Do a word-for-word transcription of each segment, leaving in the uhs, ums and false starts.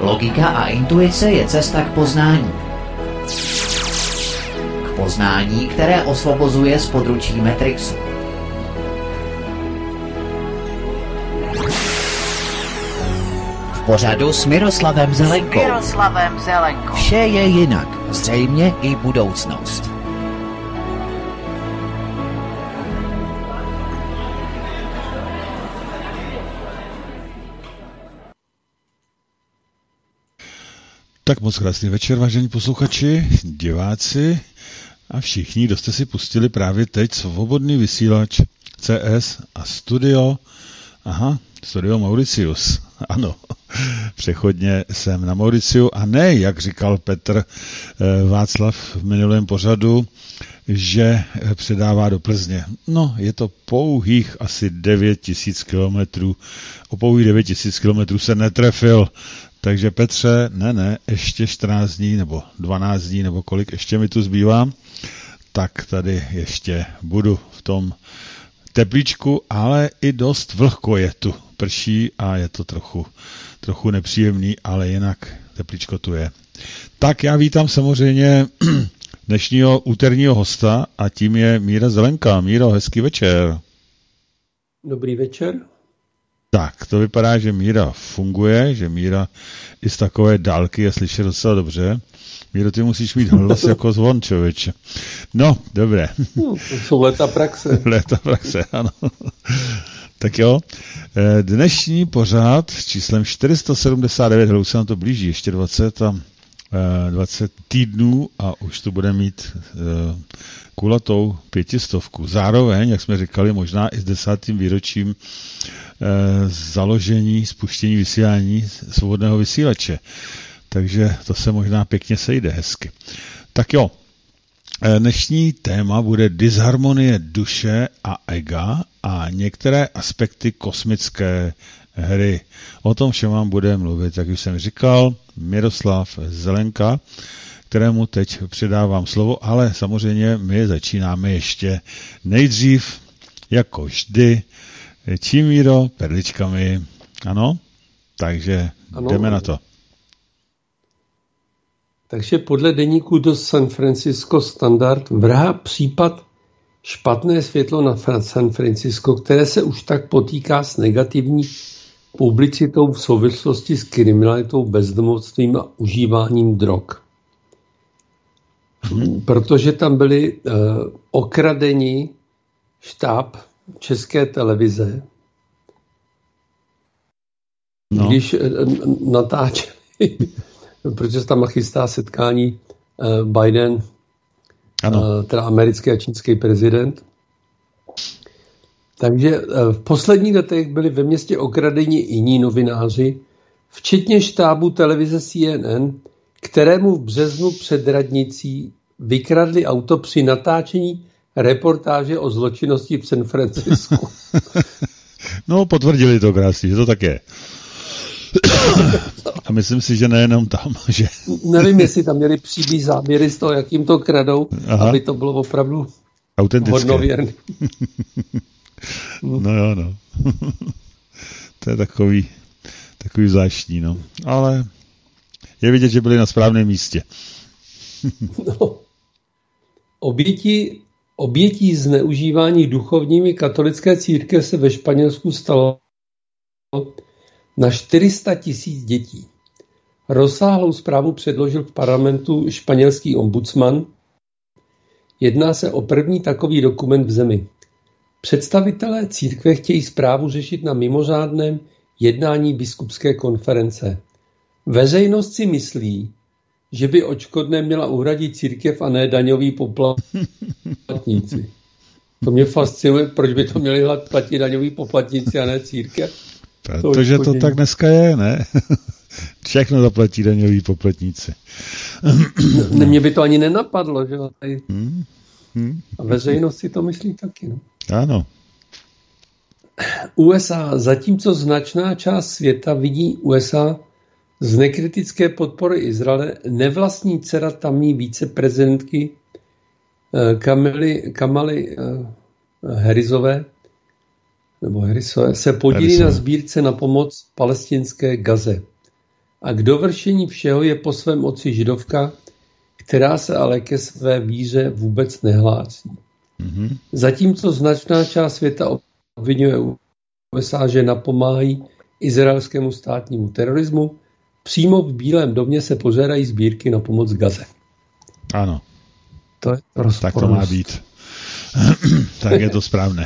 Logika a intuice je cesta k poznání. K poznání, které osvobozuje z područí Matrixu. V pořadu s Miroslavem Zelenkou. S Miroslavem Zelenkou. Vše je jinak, zřejmě i budoucnost. Tak moc krásný večer, vážení posluchači, diváci a všichni, kdo jste si pustili právě teď svobodný vysílač C S a studio, aha, studio Mauricius, ano, přechodně jsem na Mauriciu a ne, jak říkal Petr Václav v minulém pořadu, že předává do Plzně. No, je to pouhých asi devět tisíc kilometrů, o pouhých devět tisíc kilometrů se netrefil. Takže Petře, ne, ne, ještě čtrnáct dní nebo dvanáct dní nebo kolik ještě mi tu zbývá, tak tady ještě budu v tom teplíčku, ale i dost vlhko je tu. Prší a je to trochu, trochu nepříjemný, ale jinak teplíčko tu je. Tak já vítám samozřejmě dnešního úterního hosta a tím je Míra Zelenka. Míro, hezký večer. Dobrý večer. Tak, to vypadá, že Míra funguje, že Míra i z takové dálky je slyšet docela dobře. Míro, ty musíš mít hlas jako zvon, člověče. No, dobré. No, to jsou léta praxe. Léta praxe, ano. Tak jo, dnešní pořád s číslem čtyři sta sedmdesát devět, už se nám to blíží, ještě dvacet, a, dvacet týdnů a už to bude mít kulatou pětistovku. Zároveň, jak jsme říkali, možná i s desátým výročím založení, spuštění vysílání svobodného vysílače. Takže to se možná pěkně sejde hezky. Tak jo, dnešní téma bude disharmonie duše a ega a některé aspekty kosmické hry. O tom všem vám bude mluvit, jak už jsem říkal, Miroslav Zelenka, kterému teď předávám slovo, ale samozřejmě my začínáme ještě nejdřív, jako vždy, čím, Míro, perličkami, ano? Takže ano, jdeme na to. Takže podle deníku do San Francisco Standard vrhá případ špatné světlo na San Francisco, které se už tak potýká s negativní publicitou v souvislosti s kriminalitou, bezdomovstvím a užíváním drog. Hmm. Protože tam byli uh, okradeni štáb České televize, no. Když natáčeli, protože se tam chystá setkání Biden, ano. teda americký a čínský prezident. Takže v posledních letech byli ve městě okradeni jiní novináři, včetně štábu televize C N N, kterému v březnu před radnicí vykradli auto při natáčení reportáže o zločinnosti v San Francisku. No, potvrdili to krásně, že to tak je. A myslím si, že nejenom tam, že... Nevím, jestli tam měli příbí záběry z toho, jak jim to kradou, aha, aby to bylo opravdu hodnověrné. No jo, no. To je takový, takový zvláštní, no. Ale je vidět, že byli na správném místě. No. Oběti Obětí zneužívání duchovními katolické církve se ve Španělsku stalo na čtyři sta tisíc dětí. Rozsáhlou zprávu předložil v parlamentu španělský ombudsman. Jedná se o první takový dokument v zemi. Představitelé církve chtějí zprávu řešit na mimořádném jednání biskupské konference. Veřejnost si myslí, že by odškodné měla uhradit církev a ne daňoví poplatníci. To mě fascinuje, proč by to měli platit daňoví poplatníci a ne církev. Protože to, to tak dneska je, ne? Všechno zaplatí daňoví poplatníci. Ne, mě by to ani nenapadlo, že hmm. Hmm. A veřejnost si to myslí taky. No? Ano. U S A, zatímco značná část světa vidí U S A z nekritické podpory Izraele, nevlastní dcera tamní viceprezidentky Kamily, Kamaly Harrisové, nebo Harrisové, se podílí Harrisové. na sbírce na pomoc palestinské Gaze. A k dovršení všeho je po svém otci židovka, která se ale ke své víře vůbec nehlásí. Mm-hmm. Zatímco značná část světa obvinuje U S A, že napomáhají izraelskému státnímu terorismu, přímo v Bílém domě se pořádají sbírky na pomoc Gaze. Ano. To je rozpornost. Tak to má být. Tak je to správné.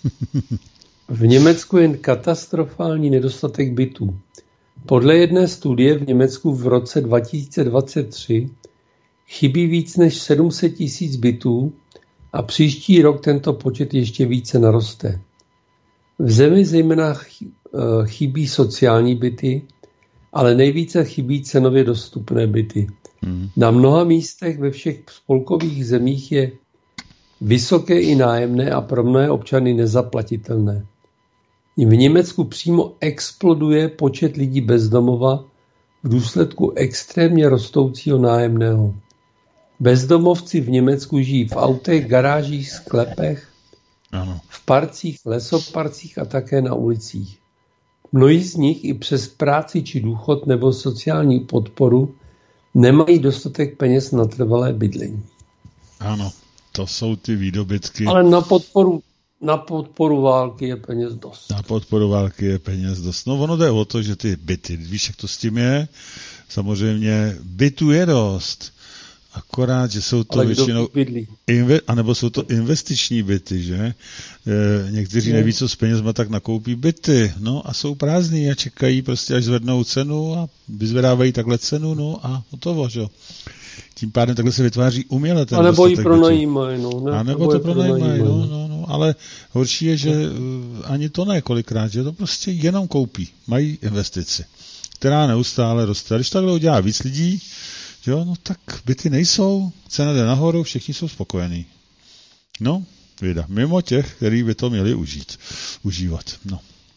V Německu je katastrofální nedostatek bytů. Podle jedné studie v Německu v roce dva tisíce dvacet tři chybí víc než sedm set tisíc bytů a příští rok tento počet ještě více naroste. V zemi zejména chybí sociální byty, ale nejvíce chybí cenově dostupné byty. Hmm. Na mnoha místech ve všech spolkových zemích je vysoké i nájemné a pro mnohé občany nezaplatitelné. V Německu přímo exploduje počet lidí bez domova v důsledku extrémně rostoucího nájemného. Bezdomovci v Německu žijí v autech, garážích, sklepech, ano. v parcích, lesoparcích a také na ulicích. Mnozí z nich i přes práci či důchod nebo sociální podporu nemají dostatek peněz na trvalé bydlení. Ano, to jsou ty výdobytky. Ale na podporu, na podporu války je peněz dost. Na podporu války je peněz dost. No ono jde o to, že ty byty, víš, jak to s tím je? Samozřejmě bytů je dost. Akorát, že jsou to ale většinou, inve, anebo jsou to investiční byty, že? E, někteří ne. neví, co s penězma, tak nakoupí byty, no a jsou prázdný a čekají prostě, až zvednou cenu a vyzvedávají takhle cenu, no a hotovo, že? Tím pádem takhle se vytváří uměle ten a nebo ji pronajímají, no. Ne, a nebo to pronajímají, no, no, no, ale horší je, že no. ani to ne kolikrát, že to prostě jenom koupí, mají investici, která neustále roste. A když takhle udělá víc lidí, jo, no tak byty nejsou, cena jde nahoru, všichni jsou spokojení. No, věda, mimo těch, který by to měli užít, užívat. No.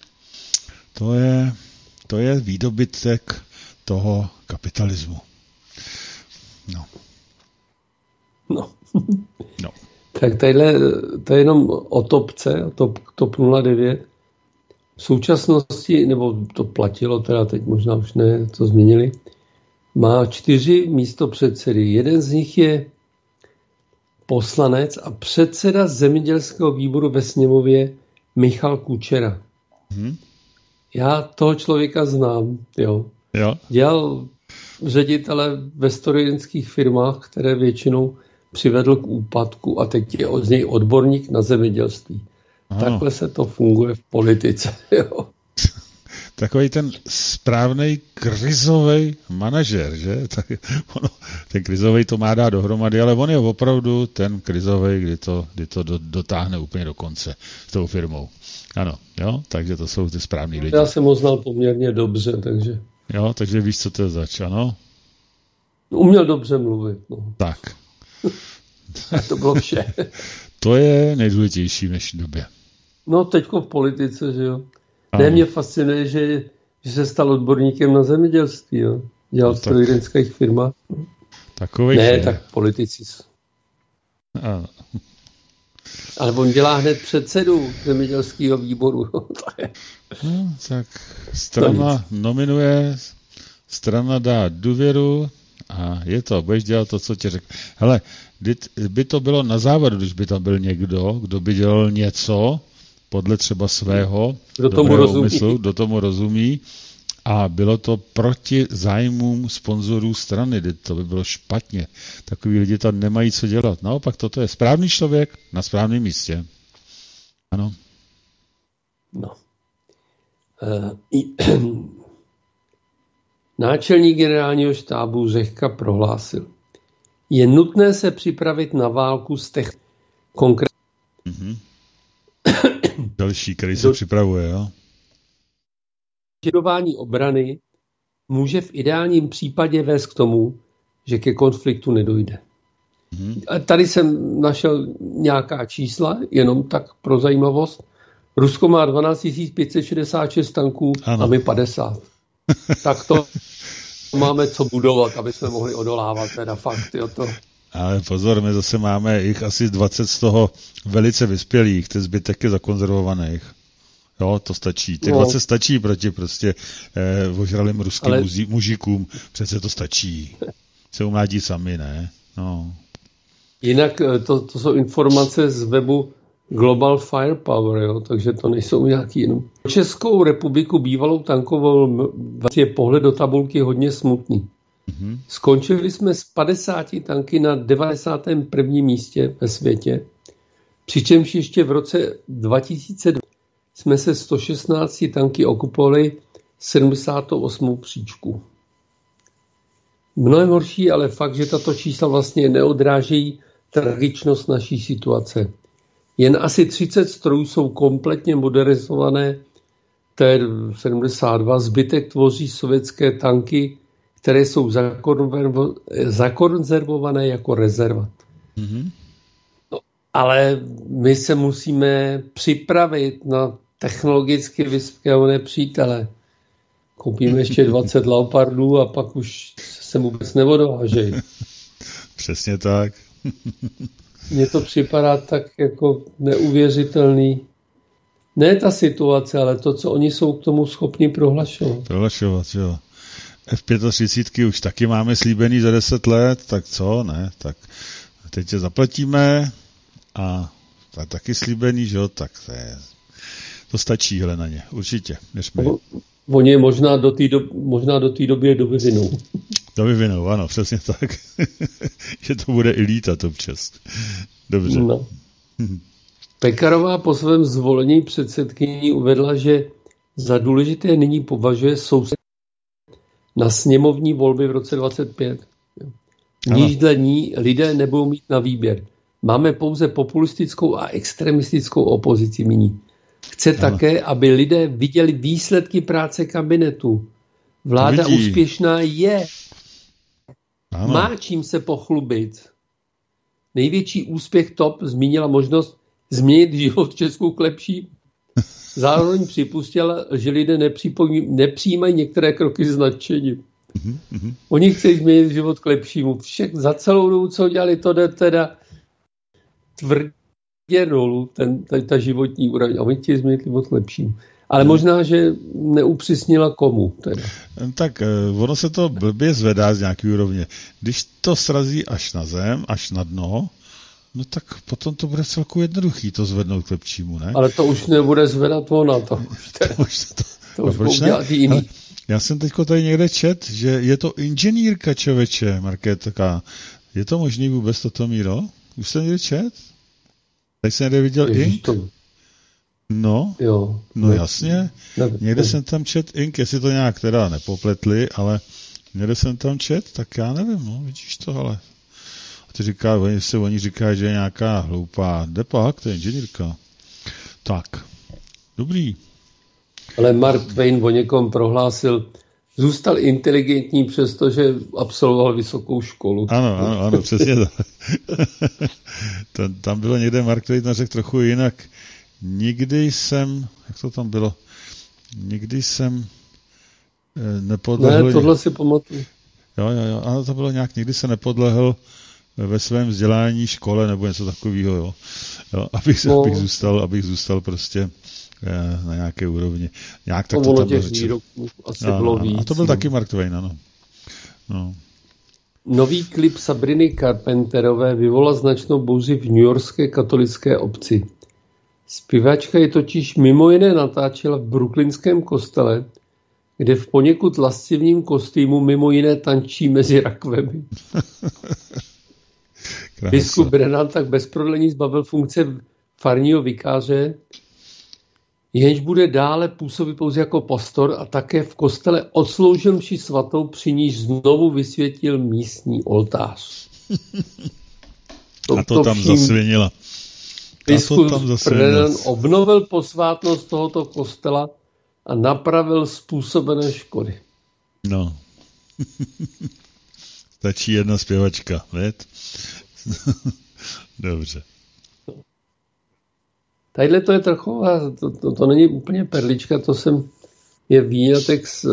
To je, to je výdobytek toho kapitalismu. No. No. no. Tak tadyhle, to je jenom o topce, top, top nula devět. V současnosti, nebo to platilo, teda teď možná už ne, to změnili, má čtyři místopředsedy. Jeden z nich je poslanec a předseda zemědělského výboru ve sněmově Michal Kučera. Hmm. Já toho člověka znám. Jo. Jo. Dělal ředitele ve strojírenských firmách, které většinou přivedl k úpadku a teď je z něj odborník na zemědělství. Ano. Takhle se to funguje v politice. Jo. Takový ten správnej krizový manažer, že? Tak ono, ten krizový to má dát dohromady, ale on je opravdu ten krizový, kdy to, kdy to do, dotáhne úplně do konce s tou firmou. Ano, jo, takže to jsou ty správný lidi. Já jsem ho znal poměrně dobře, takže... Jo, takže víš, co to je zač, ano? Uměl dobře mluvit, no. Tak. To bylo vše. To je nejdůležitější v dnešní době. No, teďko v politice, že jo. Ne, mě fascinuje, že, že se stal odborníkem na zemědělství, jo. Dělal v strojírenských firmách. Takovej ne, je. tak politici. Ano. Ale on dělá hned předsedu zemědělského výboru. No, tak strana nominuje, strana dá důvěru a je to, budeš dělat to, co ti řekl. Hele, by to bylo na závodu, když by tam byl někdo, kdo by dělal něco podle třeba svého kdo tomu rozumí. úmyslu, kdo tomu rozumí a bylo to proti zájmům sponzorů strany, to by bylo špatně. Takoví lidi tam nemají co dělat. Naopak toto je správný člověk na správném místě. Ano. No. Uh, i, náčelník generálního štábu Řehka prohlásil, je nutné se připravit na válku s technikou. Konkrétně. Mm-hmm. Další, který se Do... připravuje, jo? Budování obrany může v ideálním případě vést k tomu, že ke konfliktu nedojde. Mm-hmm. A tady jsem našel nějaká čísla, jenom tak pro zajímavost. Rusko má dvanáct tisíc pět set šedesát šest tanků ano. A my padesát. Tak to máme co budovat, aby jsme mohli odolávat, teda fakt, jo to. Ale pozor, my zase máme jich asi dvacet z toho velice vyspělých, ten zbytek je zakonzervovaných. Jo, to stačí. Ty no. dvacet stačí proti prostě eh, ožralým ruským Ale... mužikům. Přece to stačí. Se umládí sami, ne? No. Jinak to, to jsou informace z webu Global Firepower, jo, takže to nejsou nějaký jenom. Českou republiku bývalou tankovou je pohled do tabulky hodně smutný. Mm-hmm. Skončili jsme s padesáti tanky na devadesátém prvním místě ve světě, přičemž ještě v roce dva tisíce dva jsme se sto šestnácti tanky okupovali sedmdesátou osmou příčku. Mnohem horší ale fakt, že tato čísla vlastně neodrážejí tragičnost naší situace. Jen asi třicet strojů jsou kompletně modernizované, T sedmdesát dva, zbytek tvoří sovětské tanky, které jsou zakonzervované jako rezerva. Mm-hmm. No, ale my se musíme připravit na technologicky vyspělé přítele. Koupíme ještě dvacet Leopardů a pak už se vůbec neodvážejí. Přesně tak. Mně to připadá tak jako neuvěřitelný. Ne ta situace, ale to, co oni jsou k tomu schopni prohlašovat. Prohlašovat, jo. F třicet pět už taky máme slíbený za deset let, tak co, ne? Tak teď je zaplatíme a tak taky slíbený, že jo, tak to, je, to stačí, hele, na ně, určitě. O, oni je možná do té do, možná do té doby je dovyvinou. Dovyvinou, ano, přesně tak. Že to bude i lítat občas. Dobře. No. Pekarová po svém zvolení předsedkyní uvedla, že za důležité nyní považuje soustředění na sněmovní volby v roce dvacet pět. Níž dle ní lidé nebudou mít na výběr. Máme pouze populistickou a extremistickou opozici nyní. Chce ano. také, aby lidé viděli výsledky práce kabinetu. Vláda úspěšná je. Ano. Má čím se pochlubit. Největší úspěch top zmínila možnost změnit život v Česku k lepší. Zároveň připustila, že lidé nepřijímají některé kroky s nadšením. Mm-hmm. Oni chtějí změnit život k lepšímu. Však za celou dobu, co dělali, to jde teda tvrdě dolů, ten, ta, ta životní úroveň. A oni chtějí změnit život k lepšímu. Ale hmm. možná, že neupřesnila komu. Teda. Tak ono se to blbě zvedá z nějaký úrovně. Když to srazí až na zem, až na dno, no tak potom to bude celku jednoduchý to zvednout k lepšímu, ne? Ale to už nebude zvedat ona. To už, teda, to už, to, to už proč ne? Ale já jsem teďko tady někde čet, že je to inženýrka, čověče, Markétka. Je to možný vůbec toto, Míro? Už jsem někde čet? Teď jsem někde viděl Ježiš, ink? To... No, jo, no ne, jasně. Ne, někde ne. jsem tam čet ink, jestli to nějak teda nepopletli, ale někde jsem tam čet, tak já nevím, no, vidíš to, ale... A ty říká, oni se oni říkají, že je nějaká hloupá. Jde pak, to je inženýrka. Tak, dobrý. Ale Mark Twain o někom prohlásil, zůstal inteligentní, přestože absolvoval vysokou školu. Ano, ano, ano, přesně tak. Tam bylo někde, Mark Twain řekl trochu jinak. Nikdy jsem, jak to tam bylo, nikdy jsem eh, nepodlehl... Ne, tohle si pamatuju. Jo, jo, jo, ano, to bylo nějak, nikdy se nepodlehl ve svém vzdělání škole nebo něco takového, jo. jo abych, no. abych, zůstal, abych zůstal prostě eh, na nějaké úrovni. Nějak tak to, to tam bylo řečeno. Asi no, bylo víc, a to byl no. taky Mark Twain, ano. No. Nový klip Sabriny Carpenterové vyvolal značnou bouři v newyorské katolické obci. Zpěvačka je totiž mimo jiné natáčela v brooklynském kostele, kde v poněkud lascivním kostýmu mimo jiné tančí mezi rakvemi. Biskup Brennan tak bez prodlení zbavil funkce farního vikáře, jenž bude dále působit pouze jako pastor a také v kostele odsloužil mši svatou, při níž znovu vysvětil místní oltář. To, a to, to tam vším... zasvěnila. Biskup Brennan obnovil posvátnost tohoto kostela a napravil způsobené škody. No. Stačí jedna zpěvačka, věd? Dobře. Tadyhle to je trochu, to, to, to není úplně perlička, to jsem, je výňatek z,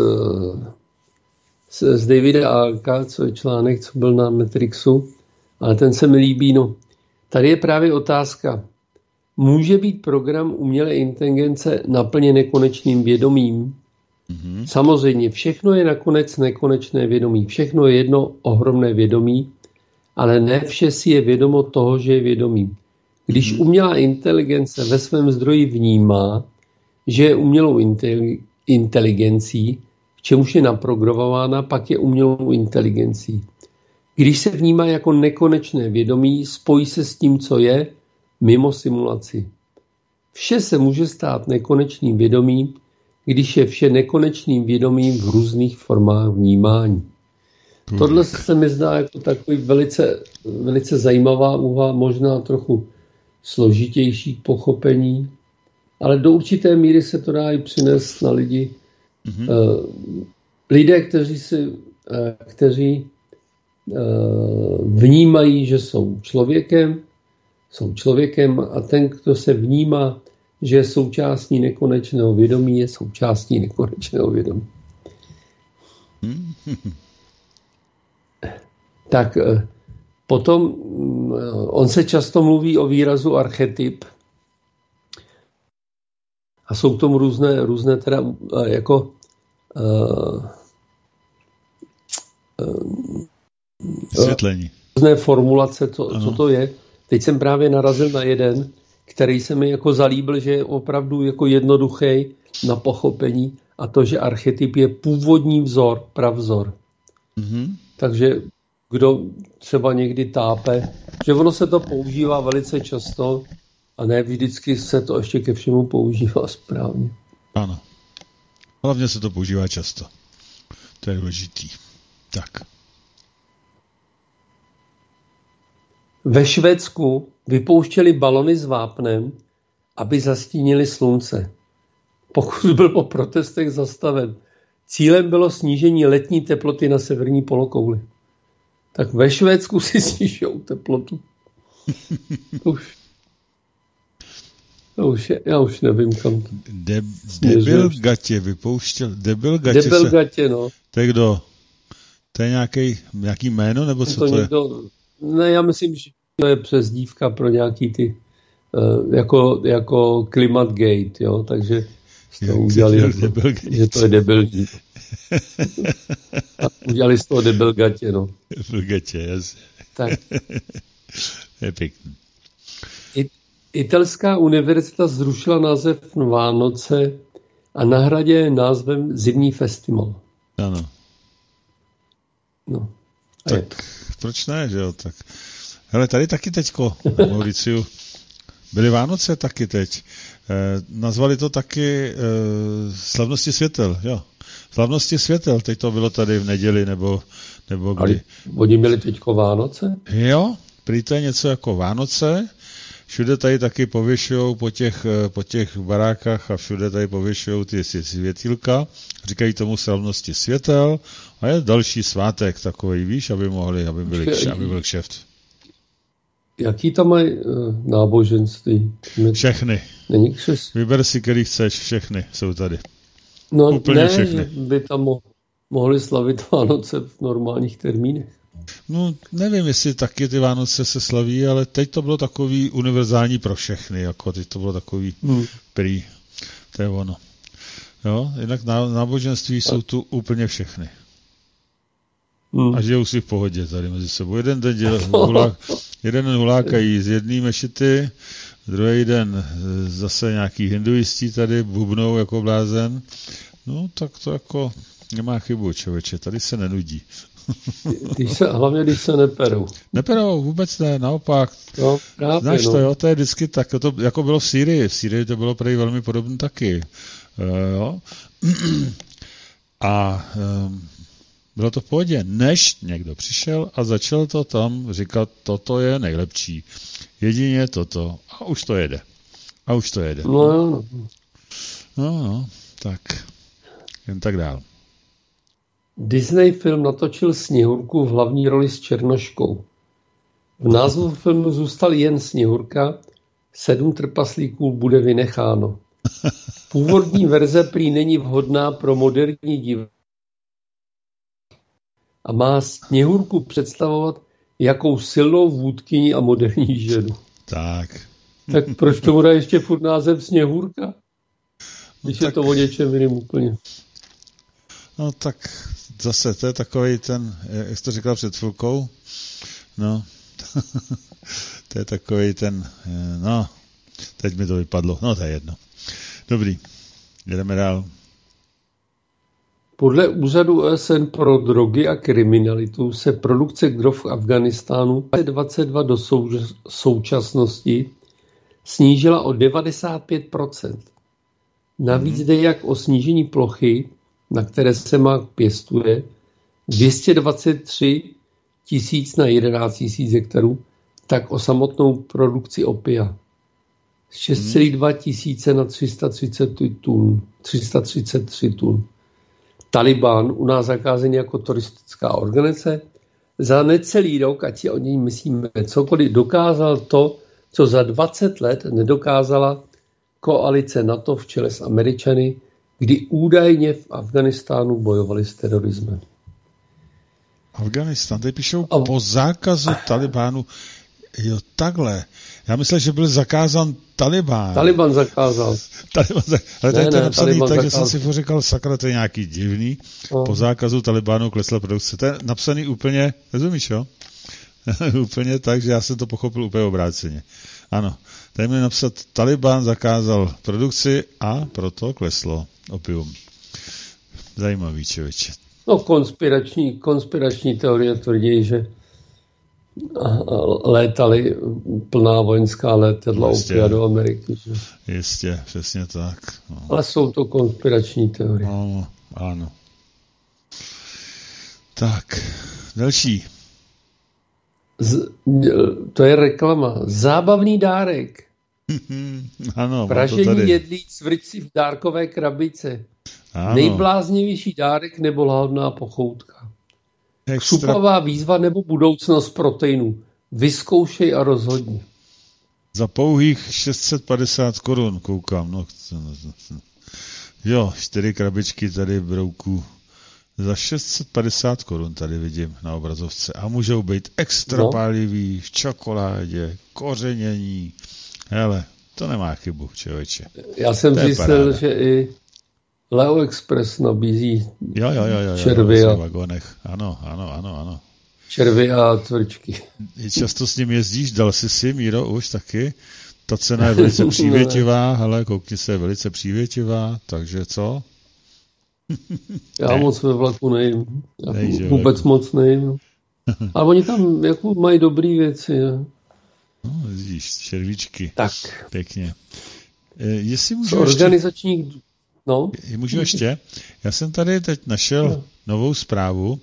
z, z Davida Alka, co je článek, co byl na Matrixu, ale ten se mi líbí, no. Tady je právě otázka. Může být program umělé inteligence naplně nekonečným vědomím? Mm-hmm. Samozřejmě, všechno je nakonec nekonečné vědomí. Všechno je jedno ohromné vědomí, ale ne vše si je vědomo toho, že je vědomím. Když umělá inteligence ve svém zdroji vnímá, že je umělou inteligencí, k čemuž je naprogramována, pak je umělou inteligencí. Když se vnímá jako nekonečné vědomí, spojí se s tím, co je, mimo simulaci. Vše se může stát nekonečným vědomím, když je vše nekonečným vědomím v různých formách vnímání. Hmm. Tohle se mi zdá jako takový velice, velice zajímavá úvaha, možná trochu složitější k pochopení, ale do určité míry se to dá i přinést na lidi. Hmm. Lidé, kteří, si, kteří vnímají, že jsou člověkem, jsou člověkem a ten, kdo se vnímá, že je součástí nekonečného vědomí, je součástí nekonečného vědomí. Tak potom on se často mluví o výrazu archetyp a jsou k tomu různé, různé teda jako uh, uh, vysvětlení. Různé formulace, co, co to je. Teď jsem právě narazil na jeden, který se mi jako zalíbil, že je opravdu jako jednoduchý na pochopení, a to, že archetyp je původní vzor, pravzor. Mm-hmm. Takže kdo třeba někdy tápe, že ono se to používá velice často a ne vždycky se to ještě ke všemu používá správně. Ano. Hlavně se to používá často. To je důležitý. Tak. Ve Švédsku vypouštěli balony s vápnem, aby zastínili slunce. Pokus byl po protestech zastaven. Cílem bylo snížení letní teploty na severní polokouli. Tak ve Švédsku si snížou teplotu. Už. Já už, já už nevím, kam to De, Debil Gatě vypouštěl. Debil Gatě, Debil Gatě, no. To je kdo? To je nějaký, nějaký jméno, nebo co to, to někdo, je? Ne, já myslím, že to je přezdívka pro nějaký ty, uh, jako, jako Climategate, jo, takže z toho udělali, jako, že to je Debil Gatě. A udělali z toho Debil Gatě, no. Debil Gatě, jasně. Tak. Je pěkný. Italská univerzita zrušila název Vánoce a nahradila názvem Zimní festival. Ano. No. Tak proč ne, že jo? Tak. Hele, tady taky teďko na Mauriciu byly Vánoce taky teď. E, nazvali to taky e, Slavnosti světel, jo. Slavnosti světel, teď to bylo tady v neděli, nebo, nebo kdy. Ale oni měli teďko Vánoce? Jo, prý to je něco jako Vánoce. Všude tady taky pověšujou po těch, po těch barákách a všude tady pověšujou ty světýlka. Říkají tomu Slavnosti světel a je další svátek takový, víš, aby mohli, aby, byli, aby byl kšeft. Jaký tam mají uh, náboženství? Všechny. Není křes? Vyber si, který chceš, všechny jsou tady. No úplně ne, všechny. Že by tam mo- mohli slavit Vánoce v normálních termínech. No, nevím, jestli taky ty Vánoce se slaví, ale teď to bylo takový univerzální pro všechny, jako teď to bylo takový hmm. prý. To je ono. Jo, jinak náboženství jsou tu úplně všechny. Hmm. A žijou si v pohodě tady mezi sebou. Jeden den, děl, hulák, jeden den hulákají z jedné mešity, druhý den zase nějaký hinduistí tady bubnou jako blázen. No, tak to jako nemá chybu, člověče, tady se nenudí. Když se, hlavně, když se neperou. Neperou, vůbec ne, naopak. No, právě, Znáš no. to, jo, to je vždycky tak, to jako bylo v Sýrii. V Sýrii to bylo prý velmi podobné taky. Uh, jo. A um, bylo to v pohodě, než někdo přišel a začal to tam říkat, toto je nejlepší. Jedině toto. A už to jede. A už to jede. No, jo, no. No, no, tak. Jen tak dál. Disney film natočil Sněhurku v hlavní roli s Černoškou. V názvu filmu zůstal jen Sněhurka, sedm trpaslíků bude vynecháno. Původní verze prý není vhodná pro moderní diváky a má Sněhurku představovat jakou silnou vůdkyni a moderní ženu. Tak, Tak proč tomu dá ještě furt název Sněhůrka? Když no, je to o něčem jiným úplně. No tak zase, to je takovej ten, jak jsi to říkal před chvilkou, no, to je takovej ten, no, teď mi to vypadlo, no to je jedno. Dobrý, jdeme dál. Podle úřadu O S N pro drogy a kriminalitu se produkce drog v Afghánistánu dvacet dva do sou- současnosti snížila o devadesát pět procent. Navíc jde jak o snížení plochy, na které se mák pěstuje, dvě stě dvacet tři tisíc na jedenáct tisíc hektarů, tak o samotnou produkci opia. šest celá dva tisíce na tři sta třicet tun, tři sta třicet tři tun. Taliban, u nás zakázaný jako teroristická organizace, za necelý rok, ať si o něj myslíme cokoliv, dokázal to, co za dvacet let nedokázala koalice NATO v čele s Američany, kdy údajně v Afghánistánu bojovali s terorismem. Afghánistán, tady píšou a... po zákazu Talibánu. Jo, takhle. Já myslel, že byl zakázán Taliban. Taliban zakázal. Taliban zakázal. Ale tady ne, to je napsaný tak, zakázal. Že jsem si říkal, sakra, to je nějaký divný. No. Po zákazu Talibánu klesla produkce. To je napsaný úplně, rozumíš, jo? Úplně tak, že já jsem to pochopil úplně obráceně. Ano, tady mi napsat, Taliban zakázal produkci a proto kleslo opium. Zajímavý, člověče. No, konspirační, konspirační teorie tvrdí, že létali plná vojenská letadla opia do Ameriky. Že? Jistě, přesně tak. No. Ale jsou to konspirační teorie. No, ano. Tak, další. Z, to je reklama. Zábavný dárek. Ano, pražení jedlí cvrčci v dárkové krabice. Ano. Nejbláznivější dárek nebo láhodná pochoutka. Extra... Křupavá výzva nebo budoucnost proteinů. Vyzkoušej a rozhodni. Za pouhých šest set padesát korun koukám. No, jo, čtyři krabičky tady brouků. Za šest set padesát korun tady vidím na obrazovce. A můžou být extra no. pálivý, v čokoládě, kořenění. Hele, to nemá chybu, člověče. Já jsem zjistil, že i Leo Express nabízí jo, jo, jo, jo, červy jo, a vagonech. Ano, ano, ano, ano. Červy a tvrčky. Často s ním jezdíš, dal jsi si, Míro, už taky. Ta cena je velice přívětivá, hele, koukni se, je velice přívětivá, takže co? Já ne. moc ve vlaku nejím. Nej, vůbec vlaku. moc nejím. Ale oni tam jako mají dobré věci. Ne? No, vidíš, červíčky. Tak. Pěkně. E, jestli můžu organizačních... Ještě... No. Můžu ještě? Já jsem tady teď našel no. novou zprávu.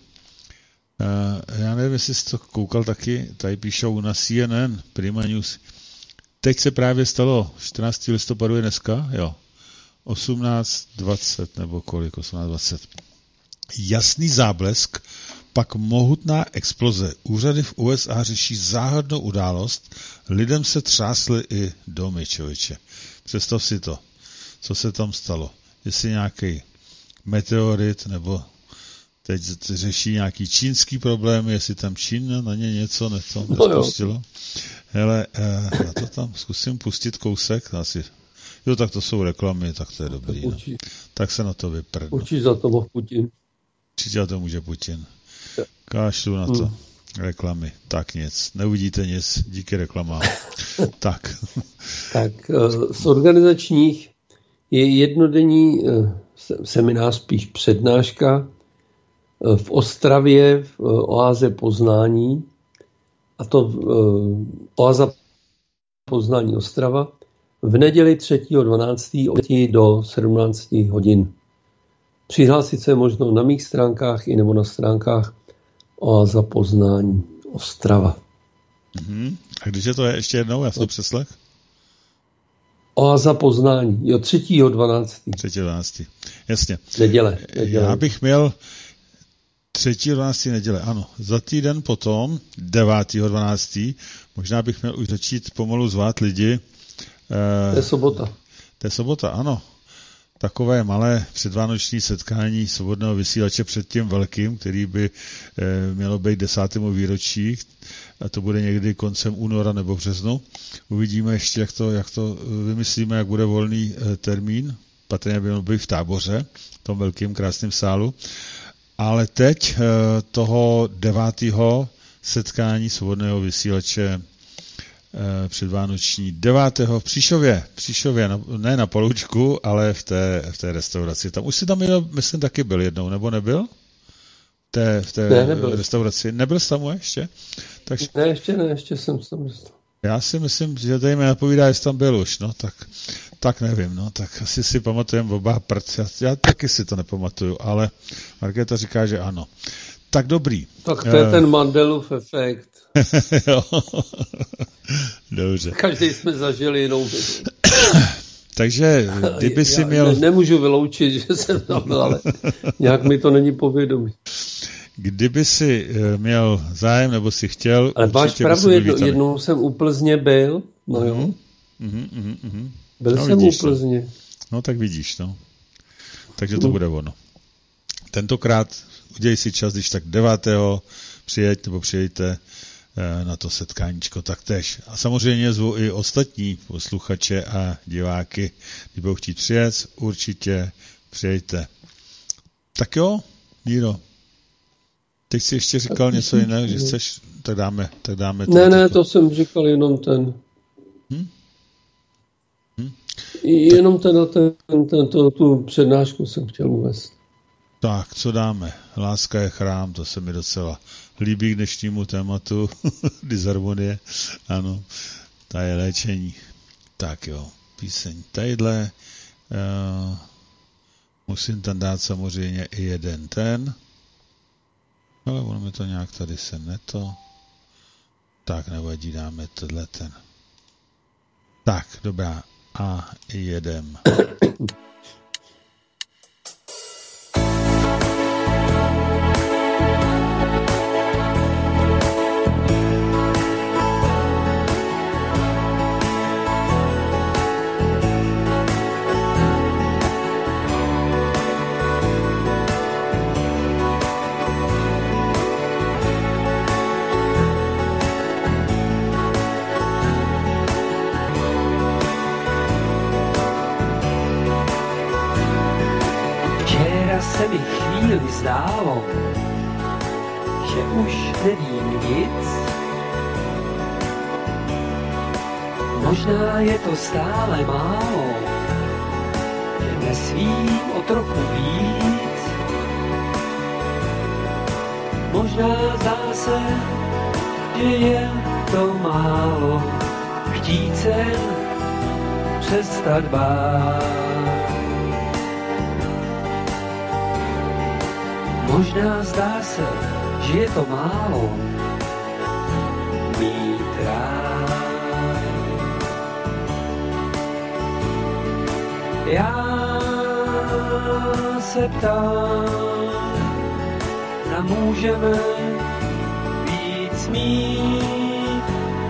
E, já nevím, jestli jsi to koukal taky. Tady píšou na C N N, Prima News. Teď se právě stalo, čtrnáctého listopadu je dneska, jo. osmnáct dvacet nebo kolik, osmnáct dvacet. Jasný záblesk, pak mohutná exploze. Úřady v U S A řeší záhadnou událost, lidem se třásly i domy, člověče. Představ si to, co se tam stalo. Jestli nějaký meteorit, nebo teď řeší nějaký čínský problém, jestli tam Čína na ně něco neto, nespustilo. Hele, eh, já to tam zkusím pustit kousek, asi. Jo, tak to jsou reklamy, tak to je dobrý. No. Tak se na to vyprdnu. Určitě za to mohl Putin. Určitě za to může Putin. Kašlu na to. Hmm. Reklamy. Tak nic. Neuvidíte nic díky reklamám. tak. tak z organizačních je jednodenní seminář, spíš přednáška v Ostravě v oáze Poznání. A to oáza Poznání Ostrava. V neděli třetího dvanáctého od do sedmnácti hodin. Přihlásit se je možno na mých stránkách i nebo na stránkách Oáza Poznání Ostrava. Mm-hmm. A když je to je ještě jednou, já jsem to přeslech? Oáza Poznání, jo, třetího dvanáctého třetího dvanáctého Jasně. Neděle, neděle. Já bych měl třetího dvanáctého neděle, ano. Za týden potom, devátého dvanáctého možná bych měl už začít pomalu zvát lidi. To je sobota. To je sobota, ano. takové malé předvánoční setkání svobodného vysílače před tím velkým, který by e, mělo být desátému výročí, a to bude někdy koncem února nebo březnu. Uvidíme ještě, jak to, jak to vymyslíme, jak bude volný e, termín. Patrně by měl být v Táboře, v tom velkým krásném sálu. Ale teď e, toho devátého setkání svobodného vysílače předvánoční devátého v Příšově, v Příšově, ne na Paloučku, ale v té, v té restauraci. Tam už si tam, měl, myslím, taky byl jednou, nebo nebyl? Té, v té ne, nebyl. restauraci. Nebyl jsi tam ještě? Takže... Ne, ještě ne, ještě jsem tam dostal. Já si myslím, že tady mi napovídá, jestli tam byl už, no, tak, tak nevím, no, tak asi si pamatujeme oba prd, já, já taky si to nepamatuju, ale Markéta říká, že ano. Tak dobrý. Tak to je uh... ten Mandelův efekt. Jo. Dobře. Každý jsme zažili jinou. Takže kdyby si měl... Ne, nemůžu vyloučit, že jsem tam byl, ale nějak mi to není povědomí. Kdyby si měl zájem, nebo si chtěl... Ale máš pravdu, jedno, jednou jsem u Plzně byl. No jo. Uh-huh, uh-huh, uh-huh. Byl no, jsem vidíš, u Plzně. No tak vidíš, no. Takže to no. bude ono. Tentokrát udělej si čas, když tak devátého přijeď, nebo přijejte na to setkáníčko taktéž. A samozřejmě zvu i ostatní posluchače a diváky, když budou chtít přijet, určitě přijďte. Tak jo, Míro. Teď jsi ještě říkal něco jiného, že chceš, tak dáme, tak dáme. Ne, ne, to jsem říkal jenom ten. Hm? Hm? Jenom ten, ten, ten, to, tu přednášku jsem chtěl uvést. Tak, co dáme? Láska je chrám, to se mi docela líbí k dnešnímu tématu. Disharmonie, ano, ta je léčení. Tak jo, píseň tadyhle. Uh, musím tam dát samozřejmě i jeden ten. Ale ono mi to nějak tady se neto. Tak nevadí, dáme tenhle ten. Tak, dobrá. A jedem. Se mi chvíli zdálo, že už nevím nic. Možná je to stále málo, že nesvím o trochu víc. Možná zdá se, že je to málo, chtít se přestat bát. Možná zdá se, že je to málo, mít rád. Já se ptám, zda můžeme víc mít.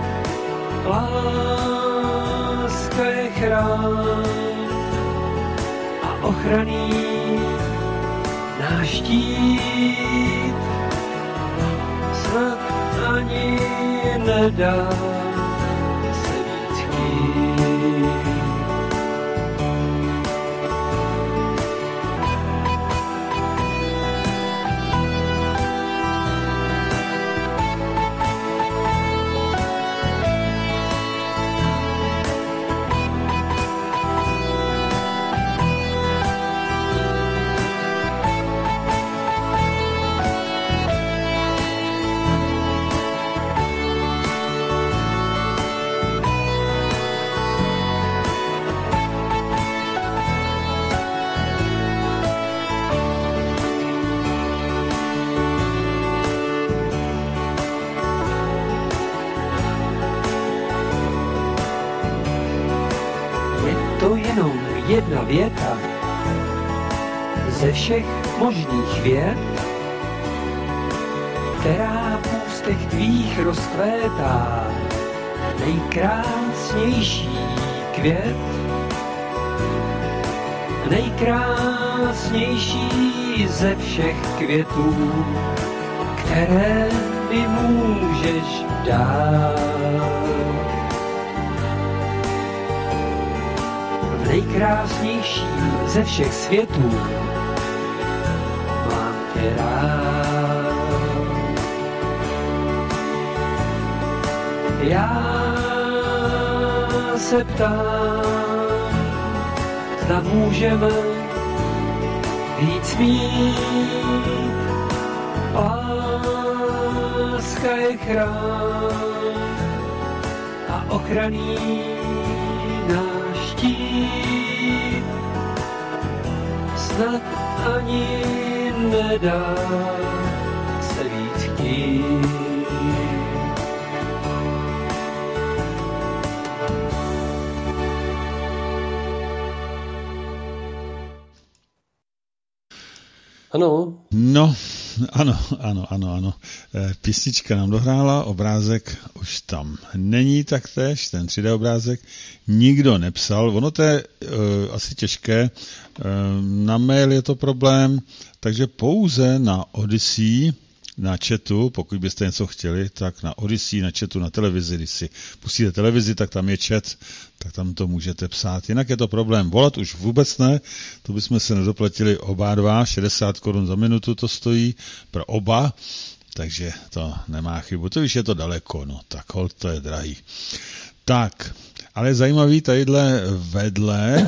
Láska je chrám a ochranný náš štít, snad ani nedá se víc chtít. Jedna věta ze všech možných vět, která v ústech tvých rozkvétá, nejkrásnější květ. nejkrásnější ze všech květů, které mi můžeš dát. V nejkrásnějším ze všech světů mám tě rád. Já se ptám, zda můžeme víc mít. Láska je chrán a ochranný náš štít. Snad ani nedá se víc chtít. Ano. No, ano, ano, ano, ano. Písnička nám dohrála, obrázek už tam není taktéž, ten tři dé obrázek. Nikdo nepsal, ono to je uh, asi těžké, uh, na mail je to problém, takže pouze na Odyssey, na chatu, pokud byste něco chtěli, tak na Odyssey, na chatu, na televizi, když si pustíte televizi, tak tam je chat, tak tam to můžete psát. Jinak je to problém. Volat už vůbec ne, to bychom se nedoplatili oba dva, šedesát korun za minutu to stojí pro oba, takže to nemá chybu. To už je to daleko, no, tak hold, to je drahý. Tak, ale je zajímavý tadyhle vedle,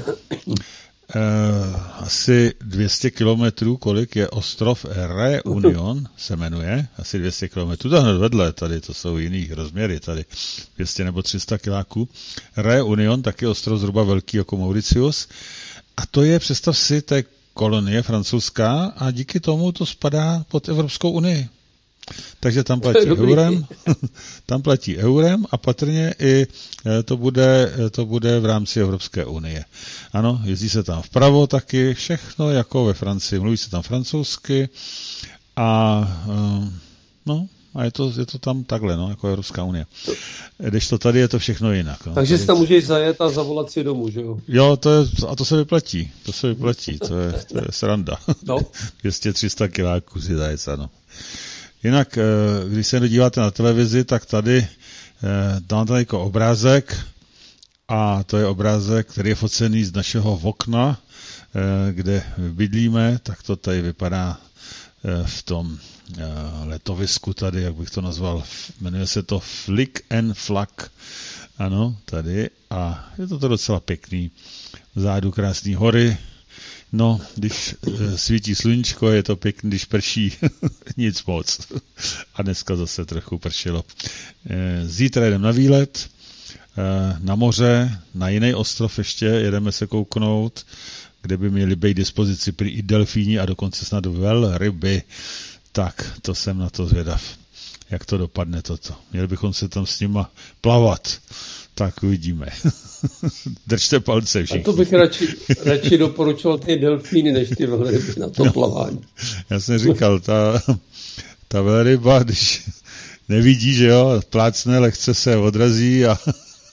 Uh, asi dvě stě kilometrů, kolik je ostrov Réunion, se jmenuje, asi dvě stě kilometrů, to hned vedle, tady to jsou jiný rozměry, tady dvě stě nebo tři sta kiláků. Réunion, taky ostrov zhruba velký jako Mauritius, a to je, představ si, to je kolonie francouzská a díky tomu to spadá pod Evropskou unii. Takže tam platí eurem, tam platí eurem a patrně i to bude, to bude v rámci Evropské unie. Ano, jezdí se tam vpravo taky, všechno jako ve Francii, mluví se tam francouzsky a no, a je to, je to tam takhle, no, jako Evropská unie. Když to tady je to všechno jinak. No. Takže tady... si tam můžeš zajet a zavolat si domů, že jo? Jo, to je, a to se vyplatí, to se vyplatí, to je, to je sranda. No. dvě stě tři sta kiláků si zajet, ano. Jinak, když se díváte na televizi, tak tady dám tady jako obrázek a to je obrázek, který je focený z našeho okna, kde bydlíme, tak to tady vypadá v tom letovisku tady, jak bych to nazval, jmenuje se to Flick and Flack, ano, tady, a je to to docela pěkný, vzadu krásný hory. No, když e, svítí sluníčko, je to pěkný, když prší, nic moc. A dneska zase trochu pršelo. E, zítra jedeme na výlet, e, na moře, na jiný ostrov ještě, jedeme se kouknout, kde by měli být dispozici prý i delfíni a dokonce snad velryby. Tak, to jsem na to zvědav, jak to dopadne toto. Měli bychom se tam s nima plavat. Tak uvidíme. Držte palce všichni. A to bych radši, radši doporučoval ty delfíny, než ty velryby na to no, plavání. Já jsem říkal, ta, ta velryba, když nevidí, že jo, plácne, lehce se odrazí a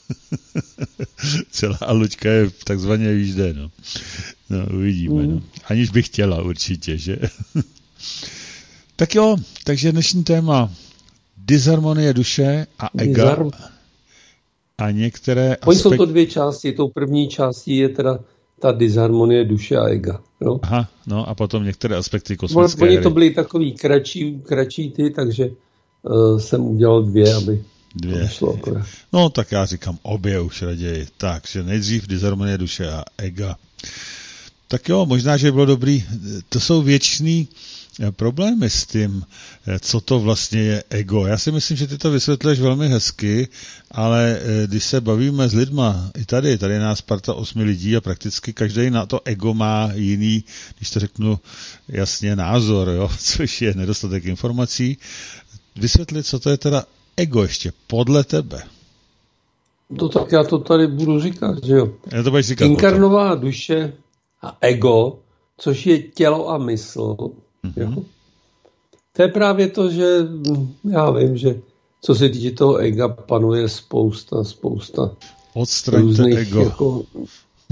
celá loďka je takzvaně výždé, no. No, uvidíme, mm. no. Aniž bych chtěla určitě, že? Tak jo, takže dnešní téma disharmonie duše a ega. Disharm... A některé Oni aspekt... jsou to dvě části. Tou první částí je teda ta disharmonie duše a ega. No? Aha, no a potom některé aspekty kosmické Oni hry. to byly takový kratší, kratší ty, takže uh, jsem udělal dvě, aby dvě. šlo akorát. No tak já říkám obě už raději. Takže nejdřív disharmonie duše a ega. Tak jo, možná, že bylo dobrý. To jsou věčný problémy s tím, co to vlastně je ego. Já si myslím, že ty to vysvětluješ velmi hezky, ale když se bavíme s lidma, i tady, tady je nás parta osmi lidí a prakticky každý na to ego má jiný, když to řeknu jasně, názor, jo, což je nedostatek informací. Vysvětlit, co to je teda ego ještě podle tebe. No tak já to tady budu říkat, že jo. Já to budeš říkat Inkarnová potom. Duše a ego, což je tělo a mysl. Mm-hmm. To je právě to, že já vím, že co se týče toho ega, panuje spousta, spousta odstraňte ego. Jako,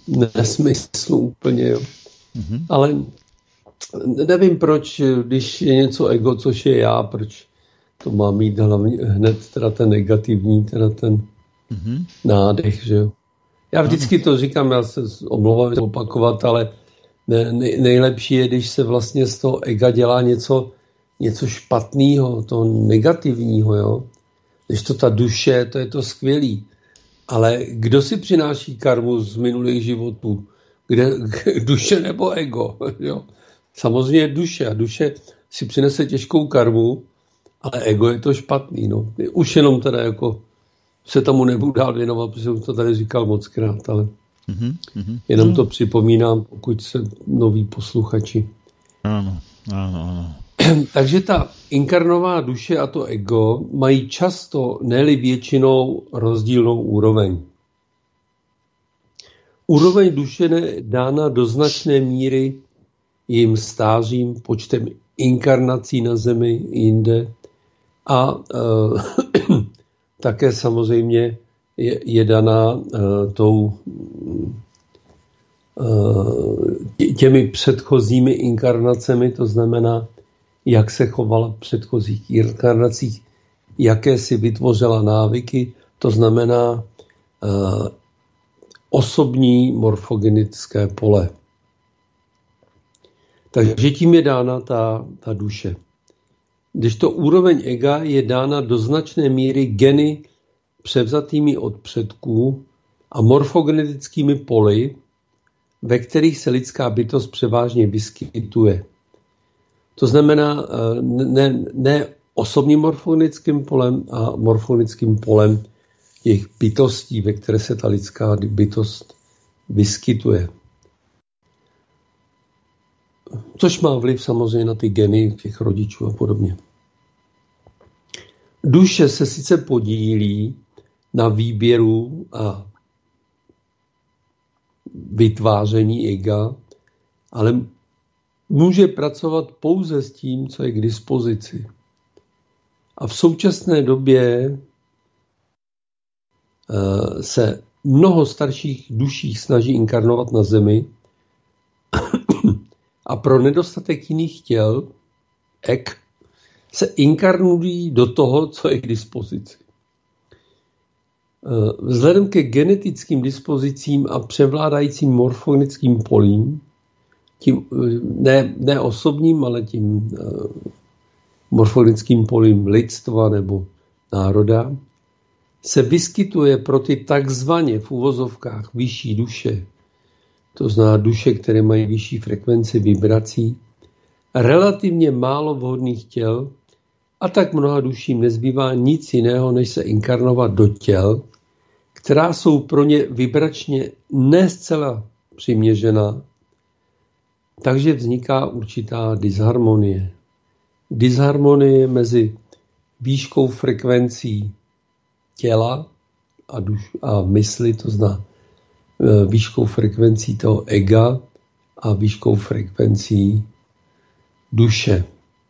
nesmyslu úplně. Jo. Mm-hmm. Ale nevím, proč, když je něco ego, což je já, proč to má mít hlavně hned teda ten negativní, teda ten mm-hmm. nádech, že jo. Já vždycky to říkám, já se omlouvám opakovat, ale ne, ne, nejlepší je, když se vlastně z toho ega dělá něco, něco špatného, to negativního, jo. Když to ta duše, to je to skvělý. Ale kdo si přináší karmu z minulých životů? Kde, duše nebo ego? Jo? Samozřejmě duše. A duše si přinese těžkou karmu, ale ego je to špatný. No. Už jenom teda jako se tomu nebudu dál věnovat, protože jsem to tady říkal mockrát, ale mm-hmm. jenom to připomínám, pokud se noví posluchači. Ano, ano, ano. Takže ta inkarnová duše a to ego mají často, ne-li většinou, rozdílnou úroveň. Úroveň duše je dána do značné míry jejím stářím, počtem inkarnací na zemi jinde a e, také samozřejmě je, je daná e, tou e, těmi předchozími inkarnacemi, to znamená, jak se chovala v předchozích inkarnacích, jaké si vytvořila návyky, to znamená uh, osobní morfogenické pole. Takže tím je dána ta, ta duše. Když to úroveň ega je dána do značné míry geny převzatými od předků a morfogenetickými poly, ve kterých se lidská bytost převážně vyskytuje. To znamená ne, ne osobním morfogenickým polem a morfogenickým polem těch bytostí, ve které se ta lidská bytost vyskytuje. Což má vliv samozřejmě na ty geny těch rodičů a podobně. Duše se sice podílí na výběru a vytváření ega, ale může pracovat pouze s tím, co je k dispozici. A v současné době se mnoho starších duší snaží inkarnovat na Zemi a pro nedostatek jiných těl, ek, se inkarnují do toho, co je k dispozici. Vzhledem ke genetickým dispozicím a převládajícím morfogenickým polím, tím, ne, ne osobním, ale tím uh, morfogenickým polím lidstva nebo národa, se vyskytuje pro ty takzvaně v uvozovkách vyšší duše, to znamená duše, které mají vyšší frekvenci vibrací, relativně málo vhodných těl a tak mnoha duším nezbývá nic jiného, než se inkarnovat do těl, která jsou pro ně vibračně ne zcela přiměřená. Takže vzniká určitá disharmonie. Disharmonie mezi výškou frekvencí těla a, duš, a mysli, to znamená výškou frekvencí toho ega a výškou frekvencí duše.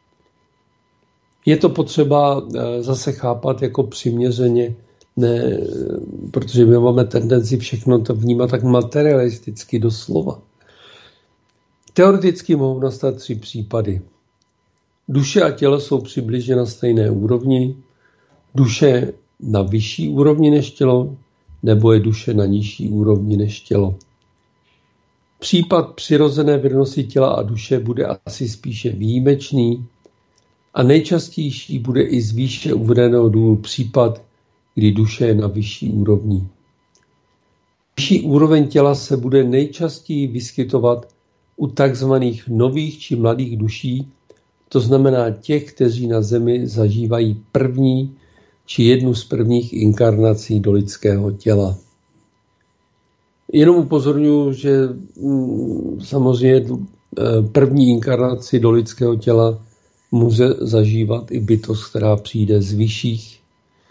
Je to potřeba zase chápat jako přiměřeně, ne, protože my máme tendenci všechno to vnímat tak materialisticky doslova. Teoreticky mohou nastat tři případy. Duše a tělo jsou přibližně na stejné úrovni, duše na vyšší úrovni než tělo, nebo je duše na nižší úrovni než tělo. Případ přirozené věrnosti těla a duše bude asi spíše výjimečný a nejčastější bude i z výše uvedeného důvodu případ, kdy duše je na vyšší úrovni. Vyšší úroveň těla se bude nejčastěji vyskytovat u takzvaných nových či mladých duší, to znamená těch, kteří na Zemi zažívají první či jednu z prvních inkarnací do lidského těla. Jenom upozorňuji, že samozřejmě první inkarnaci do lidského těla může zažívat i bytost, která přijde z vyšších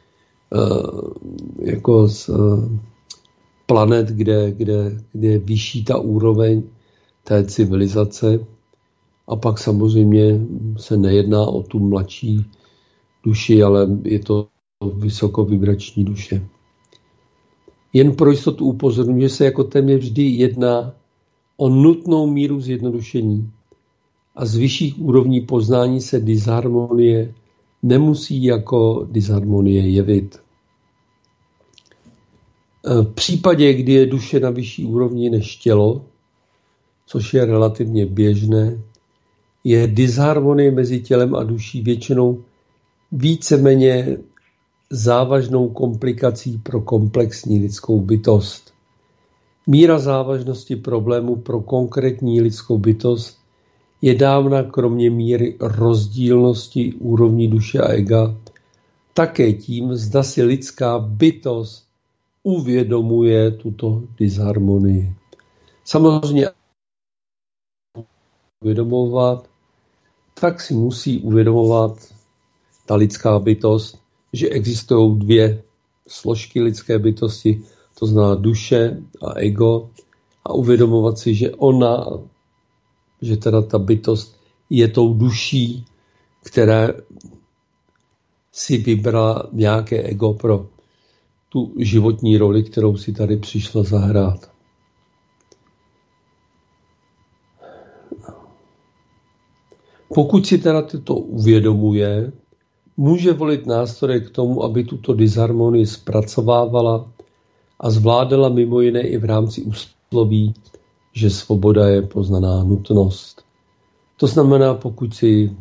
jako z planet, kde, kde, kde je vyšší ta úroveň té civilizace. A pak samozřejmě se nejedná o tu mladší duši, ale je to vysokovibrační duše. Jen pro jistotu upozorňuji, že se jako téměř vždy jedná o nutnou míru zjednodušení a z vyšších úrovní poznání se disharmonie nemusí jako disharmonie jevit. V případě, kdy je duše na vyšší úrovni než tělo, což je relativně běžné, je disharmonie mezi tělem a duší většinou víceméně závažnou komplikací pro komplexní lidskou bytost. Míra závažnosti problému pro konkrétní lidskou bytost je dávna kromě míry rozdílnosti úrovní duše a ega také tím, zda si lidská bytost uvědomuje tuto disharmonii. Samozřejmě uvědomovat, tak si musí uvědomovat ta lidská bytost, že existují dvě složky lidské bytosti, to znamená duše a ego, a uvědomovat si, že ona, že teda ta bytost je tou duší, která si vybrala nějaké ego pro tu životní roli, kterou si tady přišla zahrát. Pokud si teda to uvědomuje, může volit nástroje k tomu, aby tuto disharmonii zpracovávala a zvládala mimo jiné i v rámci úsloví, že svoboda je poznaná nutnost. To znamená, pokud si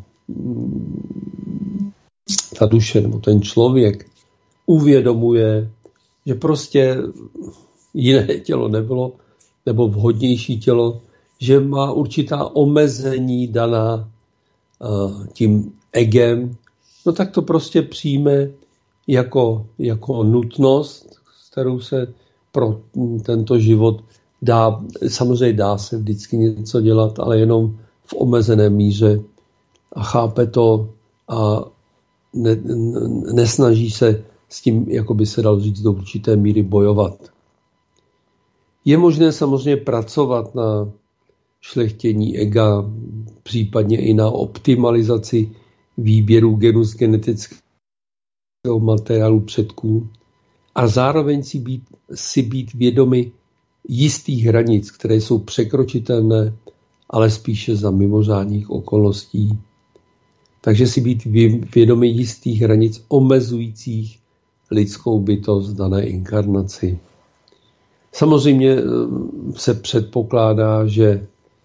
ta duše nebo ten člověk uvědomuje, že prostě jiné tělo nebylo, nebo vhodnější tělo, že má určitá omezení daná uh, tím egem, no tak to prostě přijme jako, jako nutnost, s kterou se pro tento život dá, samozřejmě dá se vždycky něco dělat, ale jenom v omezené míře a chápe to a ne, nesnaží se s tím, jako by se dal říct, do určité míry bojovat. Je možné samozřejmě pracovat na šlechtění ega, případně i na optimalizaci výběru genu z genetického materiálu předků a zároveň si být, si být vědomi jistých hranic, které jsou překročitelné, ale spíše za mimořádných okolností. Takže si být vědomi jistých hranic omezujících lidskou bytost v dané inkarnaci. Samozřejmě se předpokládá, že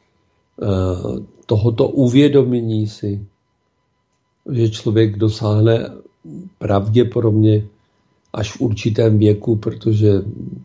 tohoto uvědomění si, že člověk dosáhne pravděpodobně až v určitém věku, protože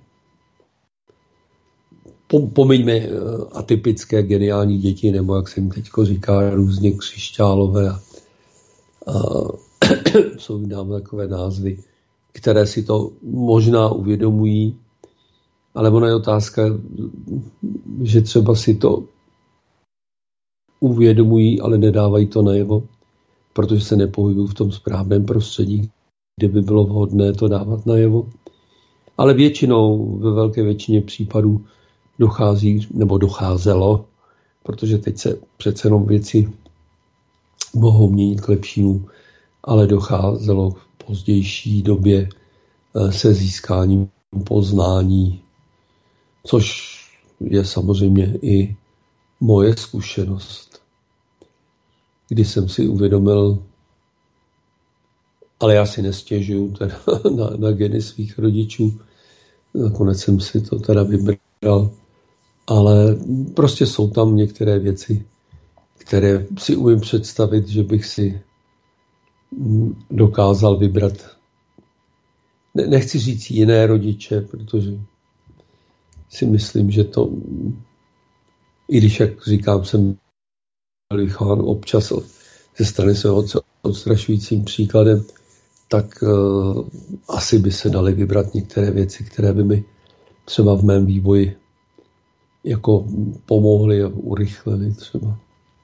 pomeňme atypické geniální děti, nebo jak se jim teď říká, různě křišťálové a, a jsou jim dáme takové názvy, které si to možná uvědomují, ale ona je otázka, že třeba si to uvědomují, ale nedávají to najevo, protože se nepohybují v tom správném prostředí, kde by bylo vhodné to dávat najevo. Ale většinou, ve velké většině případů dochází, nebo docházelo, protože teď se přece jenom věci mohou měnit k lepšímu, ale docházelo v pozdější době se získáním poznání, což je samozřejmě i moje zkušenost, kdy jsem si uvědomil, ale já si nestěžuju teda na, na geny svých rodičů, nakonec jsem si to teda vybral, ale prostě jsou tam některé věci, které si umím představit, že bych si dokázal vybrat. Nechci říct jiné rodiče, protože si myslím, že to, i když, jak říkám, jsem vychován občas ze strany svého odstrašujícím příkladem, tak uh, asi by se daly vybrat některé věci, které by mi třeba v mém vývoji jako pomohly a urychlily třeba.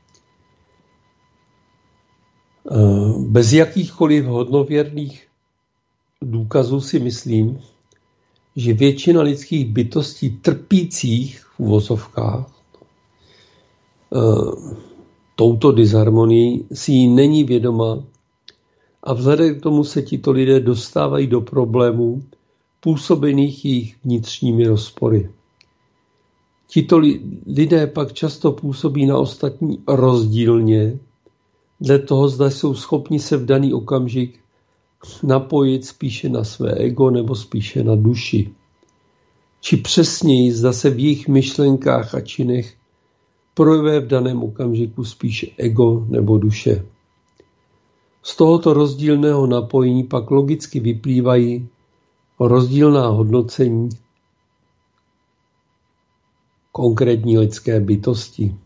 Uh, bez jakýchkoliv hodnověrných důkazů si myslím, že většina lidských bytostí trpících v uvozovkách uh, touto disharmonií si ji není vědoma a vzhledem k tomu se tito lidé dostávají do problémů, působených jejich vnitřními rozpory. Tito lidé pak často působí na ostatní rozdílně, dle toho, zda jsou schopni se v daný okamžik napojit spíše na své ego nebo spíše na duši. Či přesněji, zda se v jejich myšlenkách a činech projevuje v daném okamžiku spíše ego nebo duše. Z tohoto rozdílného napojení pak logicky vyplývají rozdílná hodnocení konkrétní lidské bytosti.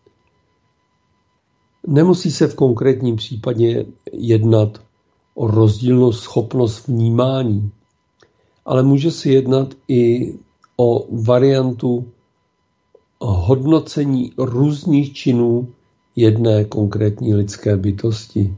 Nemusí se v konkrétním případě jednat o rozdílnou schopnost vnímání, ale může se jednat i o variantu hodnocení různých činů jedné konkrétní lidské bytosti.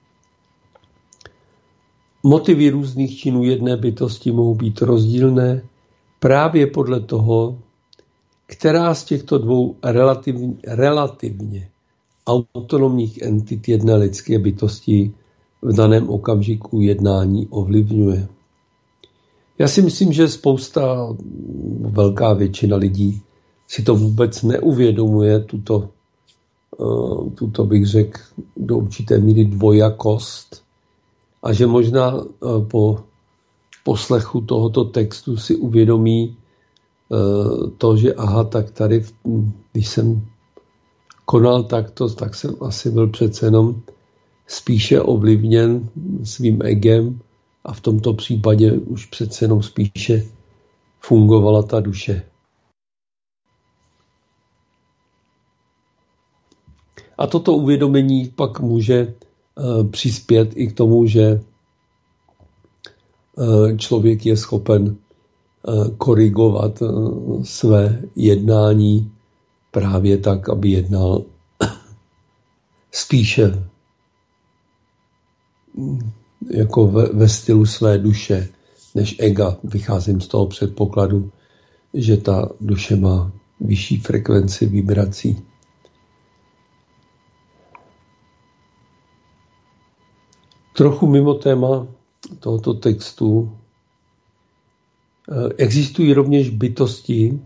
Motivy různých činů jedné bytosti mohou být rozdílné právě podle toho, která z těchto dvou relativně, relativně autonomních entit jedné lidské bytosti v daném okamžiku jednání ovlivňuje. Já si myslím, že spousta, velká většina lidí si to vůbec neuvědomuje, tuto, tuto bych řekl, do určité míry dvojakost, a že možná po poslechu tohoto textu si uvědomí to, že aha, tak tady, když jsem konal takto, tak jsem asi byl přece jenom spíše ovlivněn svým egem a v tomto případě už přece jenom spíše fungovala ta duše. A toto uvědomění pak může přispět i k tomu, že člověk je schopen korigovat své jednání právě tak, aby jednal spíše jako ve, ve stylu své duše než ega. Vycházím z toho předpokladu, že ta duše má vyšší frekvenci vibrací. Trochu mimo téma tohoto textu. Existují rovněž bytosti,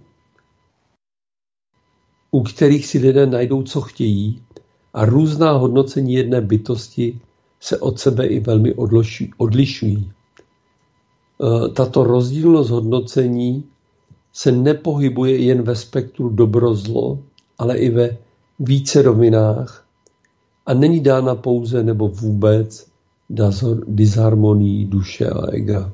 u kterých si lidé najdou, co chtějí, a různá hodnocení jedné bytosti se od sebe i velmi odlišují. Tato rozdílnost hodnocení se nepohybuje jen ve spektru dobro-zlo, ale i ve více rovinách a není dána pouze nebo vůbec disharmonií duše a ega.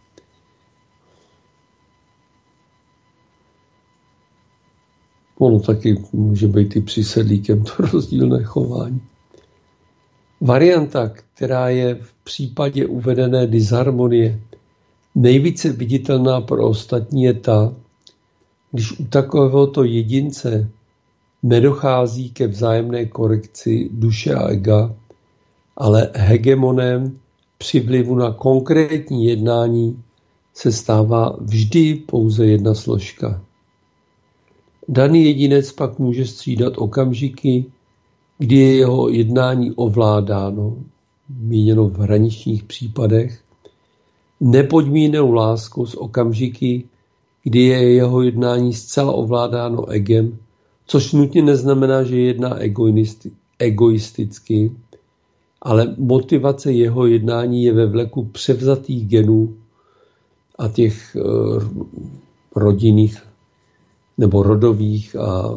Ono taky může být i přisedlíkem to rozdílné chování. Varianta, která je v případě uvedené disharmonie nejvíce viditelná pro ostatní, je ta, když u takovéhoto jedince nedochází ke vzájemné korekci duše a ega, ale hegemonem při vlivu na konkrétní jednání se stává vždy pouze jedna složka. Daný jedinec pak může střídat okamžiky, kdy je jeho jednání ovládáno, míněno v hraničních případech, nepodmíněnou láskou s okamžiky, kdy je jeho jednání zcela ovládáno egem, což nutně neznamená, že jedná egoisticky, ale motivace jeho jednání je ve vleku převzatých genů a těch rodinných nebo rodových a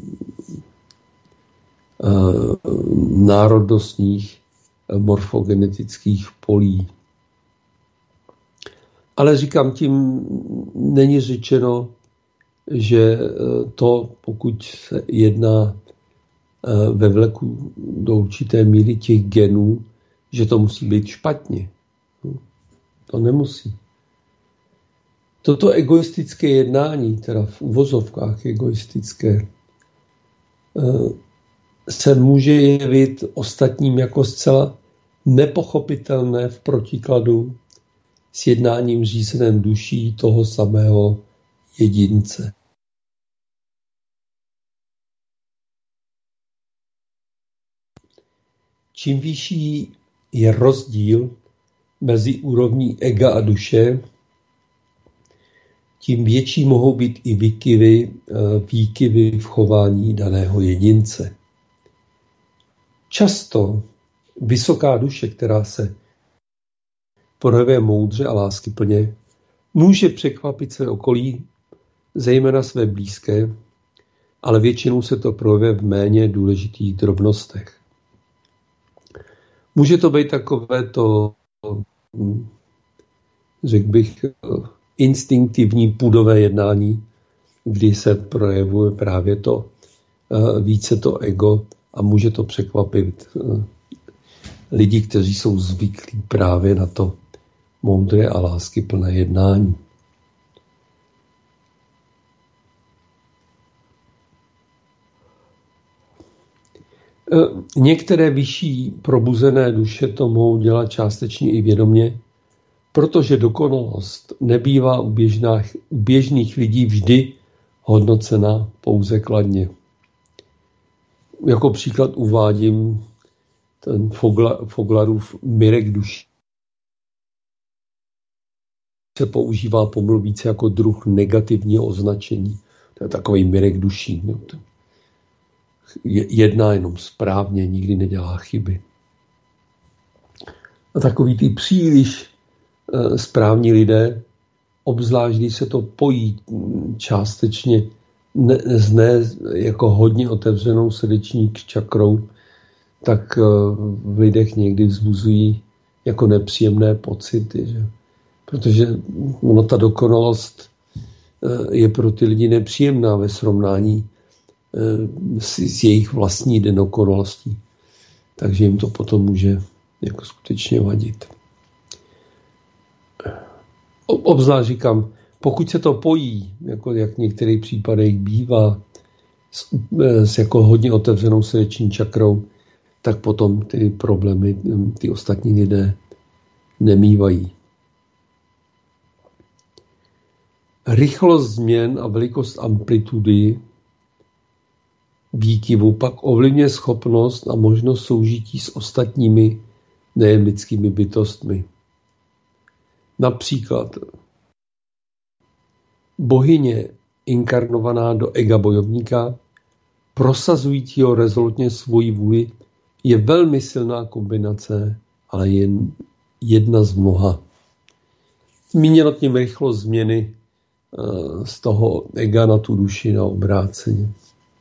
národnostních morfogenetických polí. Ale říkám, tím není řečeno, že to, pokud se jedná ve vleku do určité míry těch genů, že to musí být špatně. To nemusí. Toto egoistické jednání, teda v uvozovkách egoistické, se může jevit ostatním jako zcela nepochopitelné v protikladu s jednáním řízeném duší toho samého jedince. Čím vyšší je rozdíl mezi úrovní ega a duše, tím větší mohou být i výkyvy, výkyvy v chování daného jedince. Často vysoká duše, která se projevuje moudře a láskyplně, může překvapit své okolí, zejména své blízké, ale většinou se to projevuje v méně důležitých drobnostech. Může to být takové to, řekl bych, instinktivní pudové jednání, kdy se projevuje právě to více to ego a může to překvapit lidi, kteří jsou zvyklí právě na to moudré a láskyplné jednání. Některé vyšší probuzené duše to mohou dělat částečně i vědomě, protože dokonalost nebývá u, běžných, u běžných lidí vždy hodnocena pouze kladně. Jako příklad uvádím ten Fogla, Foglarův mirek duší. Se používá pomalu více jako druh negativního označení. To je takový mirek duší. Jedná jenom správně, nikdy nedělá chyby. A takový ty příliš správní lidé, obzvlášť když se to pojí částečně ne, ne jako hodně otevřenou srdeční čakrou, tak v lidech někdy vzbuzují jako nepříjemné pocity. Že? Protože ono, ta dokonalost je pro ty lidi nepříjemná ve srovnání s, s jejich vlastní nedokonalostí. Takže jim to potom může jako skutečně vadit. Obzvlášť říkám, pokud se to pojí, jako jak v některých případech bývá, s, s jako hodně otevřenou srdeční čakrou, tak potom ty problémy ty ostatní lidé nemývají. Rychlost změn a velikost amplitudy výkyvu pak ovlivňuje schopnost a možnost soužití s ostatními nejen lidskými bytostmi. Například bohyně inkarnovaná do ega bojovníka, prosazujícího rezolutně svoji vůli, je velmi silná kombinace, ale jen jedna z mnoha. Zmíněno tím rychlost změny z toho ega na tu duši, na obráceně.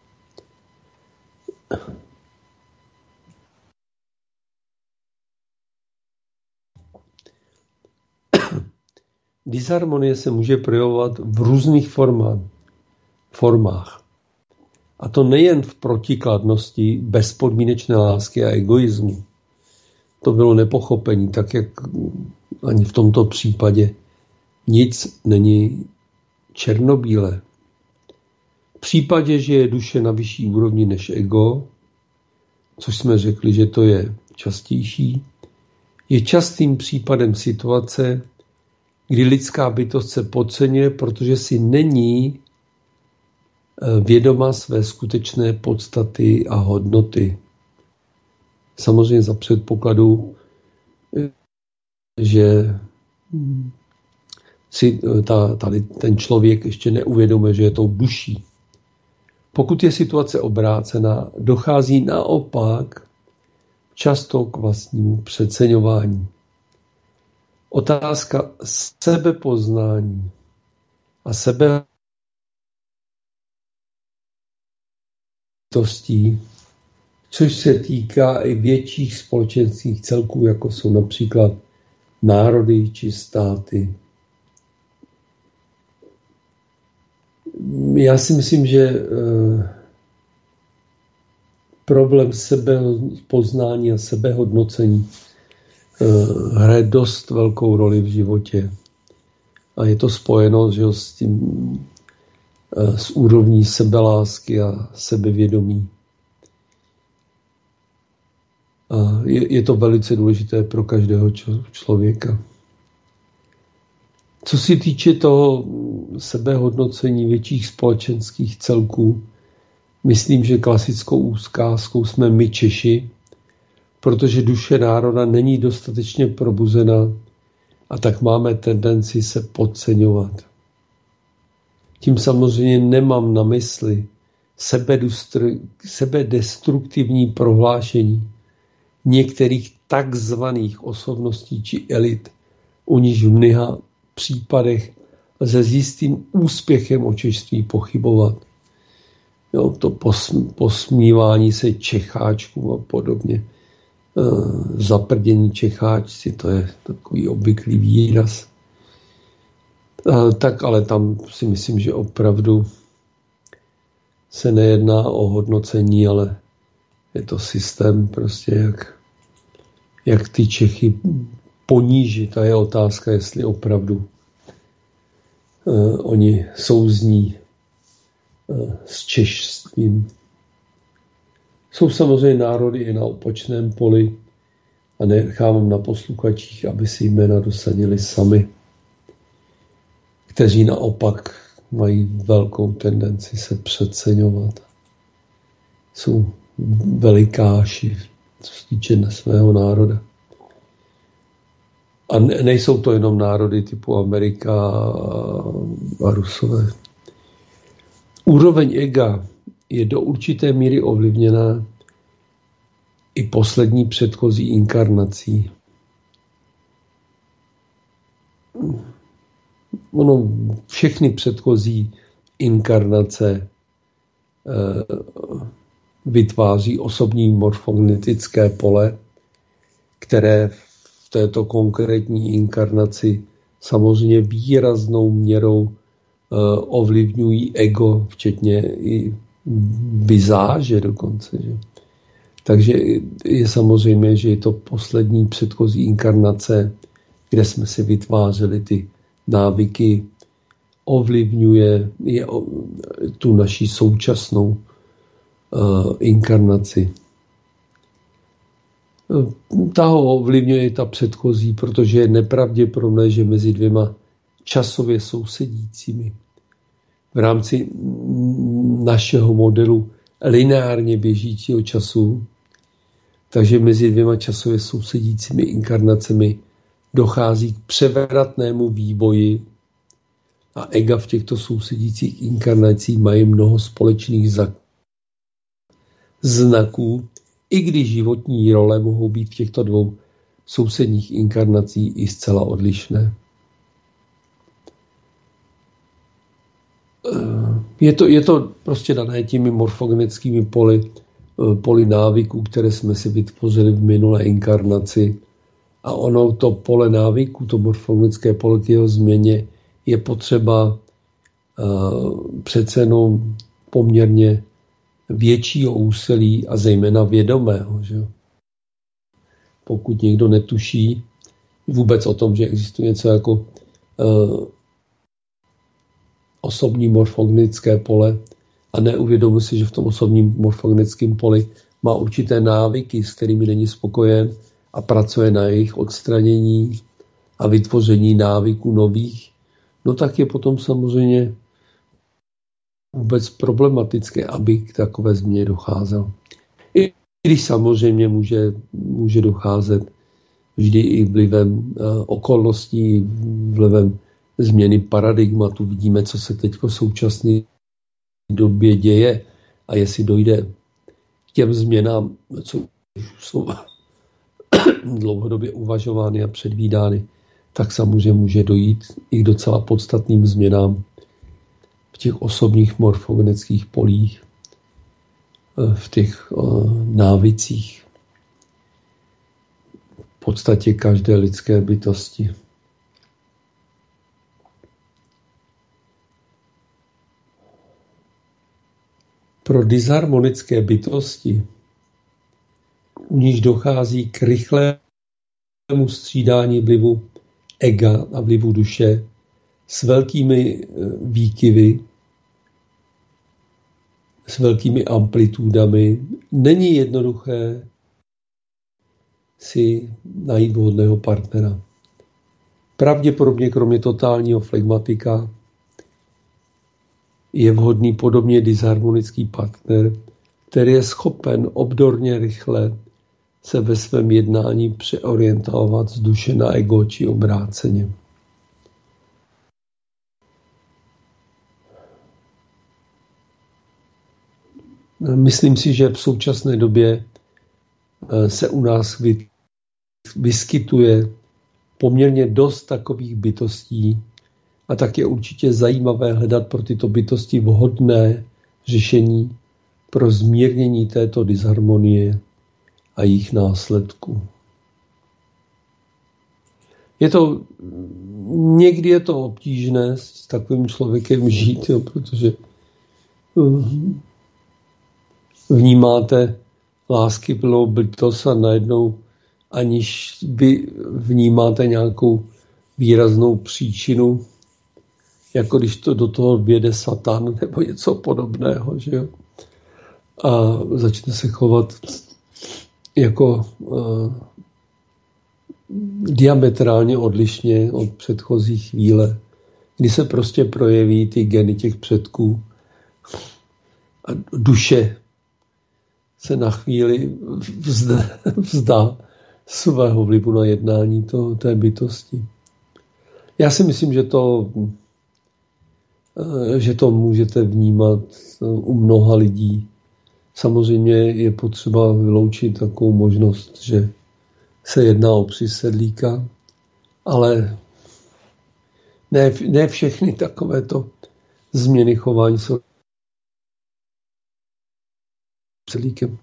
Disharmonie se může projevovat v různých formách. formách. A to nejen v protikladnosti bezpodmínečné lásky a egoismu. To bylo nepochopení, tak jak ani v tomto případě nic není černobílé. V případě, že je duše na vyšší úrovni než ego, což jsme řekli, že to je častější, je častým případem situace, kdy lidská bytost se podceňuje, protože si není vědoma své skutečné podstaty a hodnoty. Samozřejmě za předpokladu, že si ta, tady ten člověk ještě neuvědomuje, že je tou duší. Pokud je situace obrácená, dochází naopak často k vlastnímu přeceňování. Otázka sebepoznání a sebehledností, což se týká i větších společenských celků, jako jsou například národy či státy. Já si myslím, že problém sebepoznání a sebehodnocení hraje dost velkou roli v životě. A je to spojeno, že s tím, s úrovní sebelásky a sebevědomí. A je, je to velice důležité pro každého člověka. Co se týče toho sebehodnocení větších společenských celků, myslím, že klasickou ukázkou jsme my Češi, protože duše národa není dostatečně probuzena a tak máme tendenci se podceňovat. Tím samozřejmě nemám na mysli sebedestruktivní prohlášení některých takzvaných osobností či elit, u níž v mnoha případech lze s jistým úspěchem o češství pochybovat. Jo, to posmívání se Čecháčkům a podobně. E, zaprdění Čecháčci, to je takový obvyklý výraz. E, tak ale tam si myslím, že opravdu se nejedná o hodnocení, ale je to systém prostě, jak, jak ty Čechy ponížit. A je otázka, jestli opravdu e, oni souzní e, s češstvím. Jsou samozřejmě národy i na opačném poli a nechávám na posluchačích, aby si jména dosadili sami, kteří naopak mají velkou tendenci se přeceňovat. Jsou velikáši, co se týče svého národa. A nejsou to jenom národy typu Amerika a Rusové. Úroveň ega je do určité míry ovlivněná i poslední předchozí inkarnací. Ono, všechny předchozí inkarnace eh, vytváří osobní morfogenetické pole, které v této konkrétní inkarnaci samozřejmě výraznou měrou eh, ovlivňují ego, včetně i vizáže dokonce. Že? Takže je samozřejmě, že je to poslední předchozí inkarnace, kde jsme si vytvářeli ty návyky, ovlivňuje je, tu naši současnou uh, inkarnaci. Ta ho ovlivňuje ta předchozí, protože je nepravděpodobné, že mezi dvěma časově sousedícími v rámci našeho modelu lineárně běžícího času, takže mezi dvěma časově sousedícími inkarnacemi dochází k převratnému vývoji a ega v těchto sousedících inkarnacích mají mnoho společných znaků, i když životní role mohou být v těchto dvou sousedních inkarnacích i zcela odlišné. Je to, je to prostě dané těmi morfogenickými poli, poli návyků, které jsme si vytvořili v minulé inkarnaci. A ono to pole návyků, to morfogenické pole k jeho změně, je potřeba uh, přece jenom poměrně většího úsilí a zejména vědomého. Že? Pokud někdo netuší vůbec o tom, že existuje něco jako uh, osobní morfogenické pole a neuvědomuje si, že v tom osobním morfogenickém poli má určité návyky, s kterými není spokojen a pracuje na jejich odstranění a vytvoření návyků nových, no tak je potom samozřejmě vůbec problematické, aby k takové změně docházelo. I když samozřejmě může, může docházet vždy i vlivem uh, okolností, vlivem změny paradigmatu. Vidíme, co se teď v současné době děje a jestli dojde k těm změnám, co jsou dlouhodobě uvažovány a předvídány, tak samozřejmě může dojít i k docela podstatným změnám v těch osobních morfogenických polích, v těch návycích v podstatě každé lidské bytosti. Pro disharmonické bytosti, u níž dochází k rychlému střídání vlivu ega a vlivu duše s velkými výkyvy, s velkými amplitudami, není jednoduché si najít vhodného partnera. Pravděpodobně kromě totálního flegmatika je vhodný podobně disharmonický partner, který je schopen obdorně rychle se ve svém jednání přeorientovat z duše na ego či obráceně. Myslím si, že v současné době se u nás vyskytuje poměrně dost takových bytostí a tak je určitě zajímavé hledat pro tyto bytosti vhodné řešení pro zmírnění této disharmonie a jejich následků. Je to, někdy je to obtížné s takovým člověkem žít, jo, protože vnímáte láskyplnou bytost a najednou, aniž vy vnímáte nějakou výraznou příčinu, jako když to do toho vjede Satan nebo něco podobného, že jo? A začne se chovat jako uh, diametrálně odlišně od předchozí chvíle, kdy se prostě projeví ty geny těch předků a duše se na chvíli vzdá, vzdá svého vlivu na jednání to, té bytosti. Já si myslím, že to, že to můžete vnímat u mnoha lidí. Samozřejmě je potřeba vyloučit takovou možnost, že se jedná o přisedlíka, ale ne, ne všechny takovéto změny chování jsou přisedlíkem.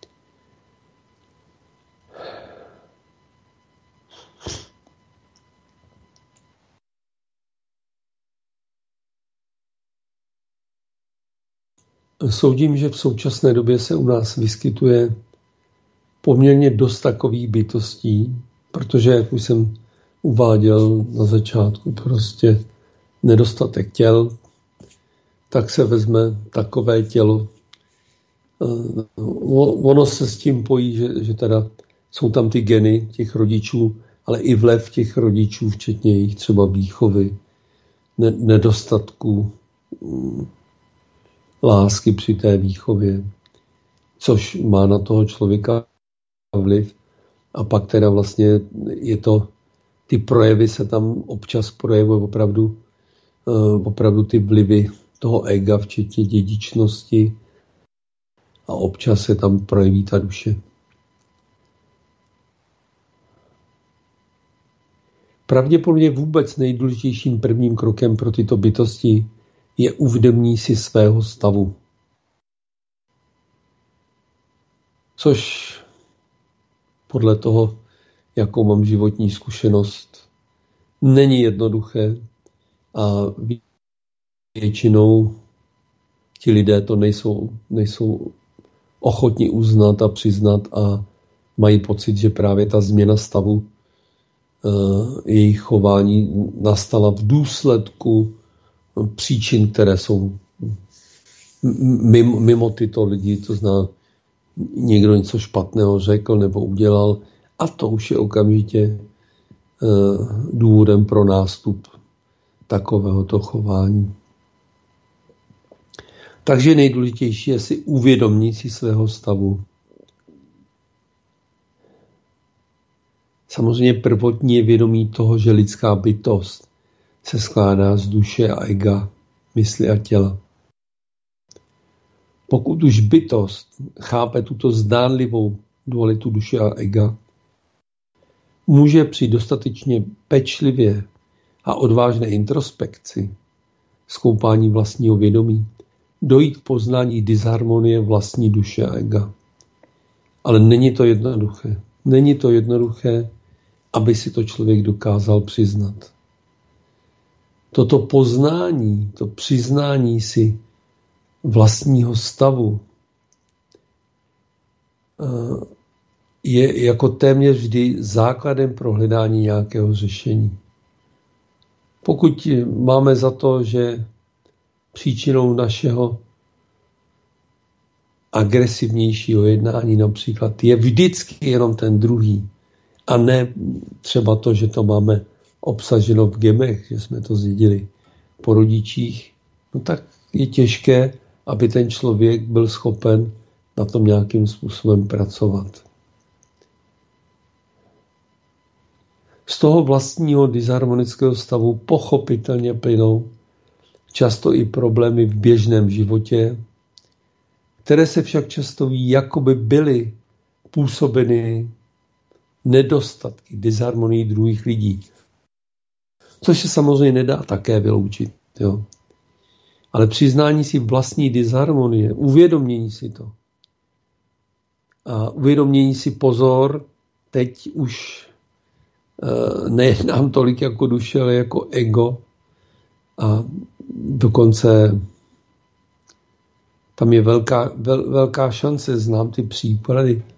Soudím, že v současné době se u nás vyskytuje poměrně dost takových bytostí, protože, jak už jsem uváděl na začátku, prostě nedostatek těl, tak se vezme takové tělo. Ono se s tím pojí, že, že teda jsou tam ty geny těch rodičů, ale i vlev těch rodičů, včetně jejich třeba výchovy, nedostatku lásky při té výchově, což má na toho člověka vliv. A pak teda vlastně je to, ty projevy se tam občas projevují opravdu, opravdu ty vlivy toho ega, včetně dědičnosti, a občas se tam projeví ta duše. Pravděpodobně vůbec nejdůležitějším prvním krokem pro tyto bytosti je uvědomění si svého stavu. Což podle toho, jakou mám životní zkušenost, není jednoduché a většinou ti lidé to nejsou, nejsou ochotni uznat a přiznat a mají pocit, že právě ta změna stavu jejich chování nastala v důsledku příčin, které jsou mimo, mimo tyto lidi, to znamená, někdo něco špatného řekl nebo udělal a to už je okamžitě důvodem pro nástup takovéhoto chování. Takže nejdůležitější je si uvědomit si svého stavu. Samozřejmě prvotní je vědomí toho, že lidská bytost se skládá z duše a ega, mysli a těla. Pokud už bytost chápe tuto zdánlivou dualitu duše a ega, může při dostatečně pečlivě a odvážné introspekci, zkoumání vlastního vědomí, dojít k poznání disharmonie vlastní duše a ega. Ale není to jednoduché. Není to jednoduché, aby si to člověk dokázal přiznat. Toto poznání, to přiznání si vlastního stavu je jako téměř vždy základem pro hledání nějakého řešení. Pokud máme za to, že příčinou našeho agresivnějšího jednání například je vždycky jenom ten druhý a ne třeba to, že to máme obsaženo v gemech, že jsme to zdědili po rodičích, no tak je těžké, aby ten člověk byl schopen na tom nějakým způsobem pracovat. Z toho vlastního disharmonického stavu pochopitelně plynou často i problémy v běžném životě, které se však často ví, jako by byly působeny nedostatky, disharmonii druhých lidí. Což se samozřejmě nedá také vyloučit. Jo. Ale přiznání si vlastní disharmonie, uvědomění si to. A uvědomění si pozor, teď už e, nejednám tolik jako duše, ale jako ego. A dokonce tam je velká, vel, velká šance, znám ty příklady, e,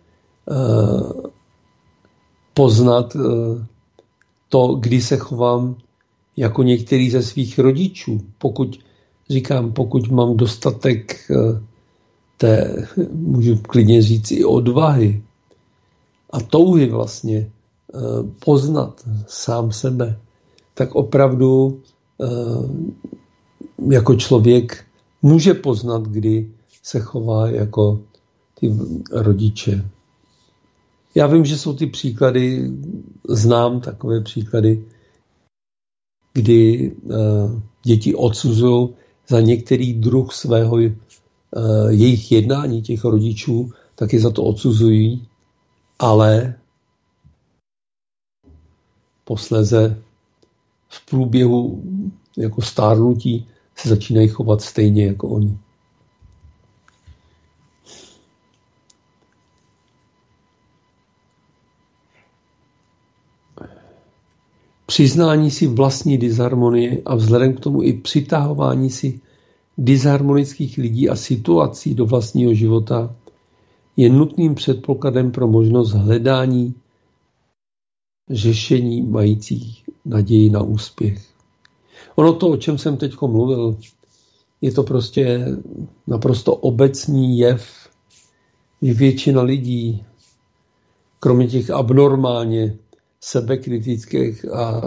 poznat e, to, kdy se chovám jako některý ze svých rodičů. Pokud, říkám, pokud mám dostatek té, můžu klidně říct, i odvahy a touhy vlastně poznat sám sebe, tak opravdu jako člověk může poznat, kdy se chová jako ty rodiče. Já vím, že jsou ty příklady, znám takové příklady, kdy uh, děti odsuzují za některý druh svého uh, jejich jednání těch rodičů, taky za to odsuzují, ale posléze v průběhu jako stárnutí se začínají chovat stejně jako oni. Přiznání si vlastní disharmonie a vzhledem k tomu i přitahování si disharmonických lidí a situací do vlastního života je nutným předpokladem pro možnost hledání řešení majících naději na úspěch. Ono to, o čem jsem teď mluvil, je to prostě naprosto obecný jev, že většina lidí, kromě těch abnormálně sebekritických a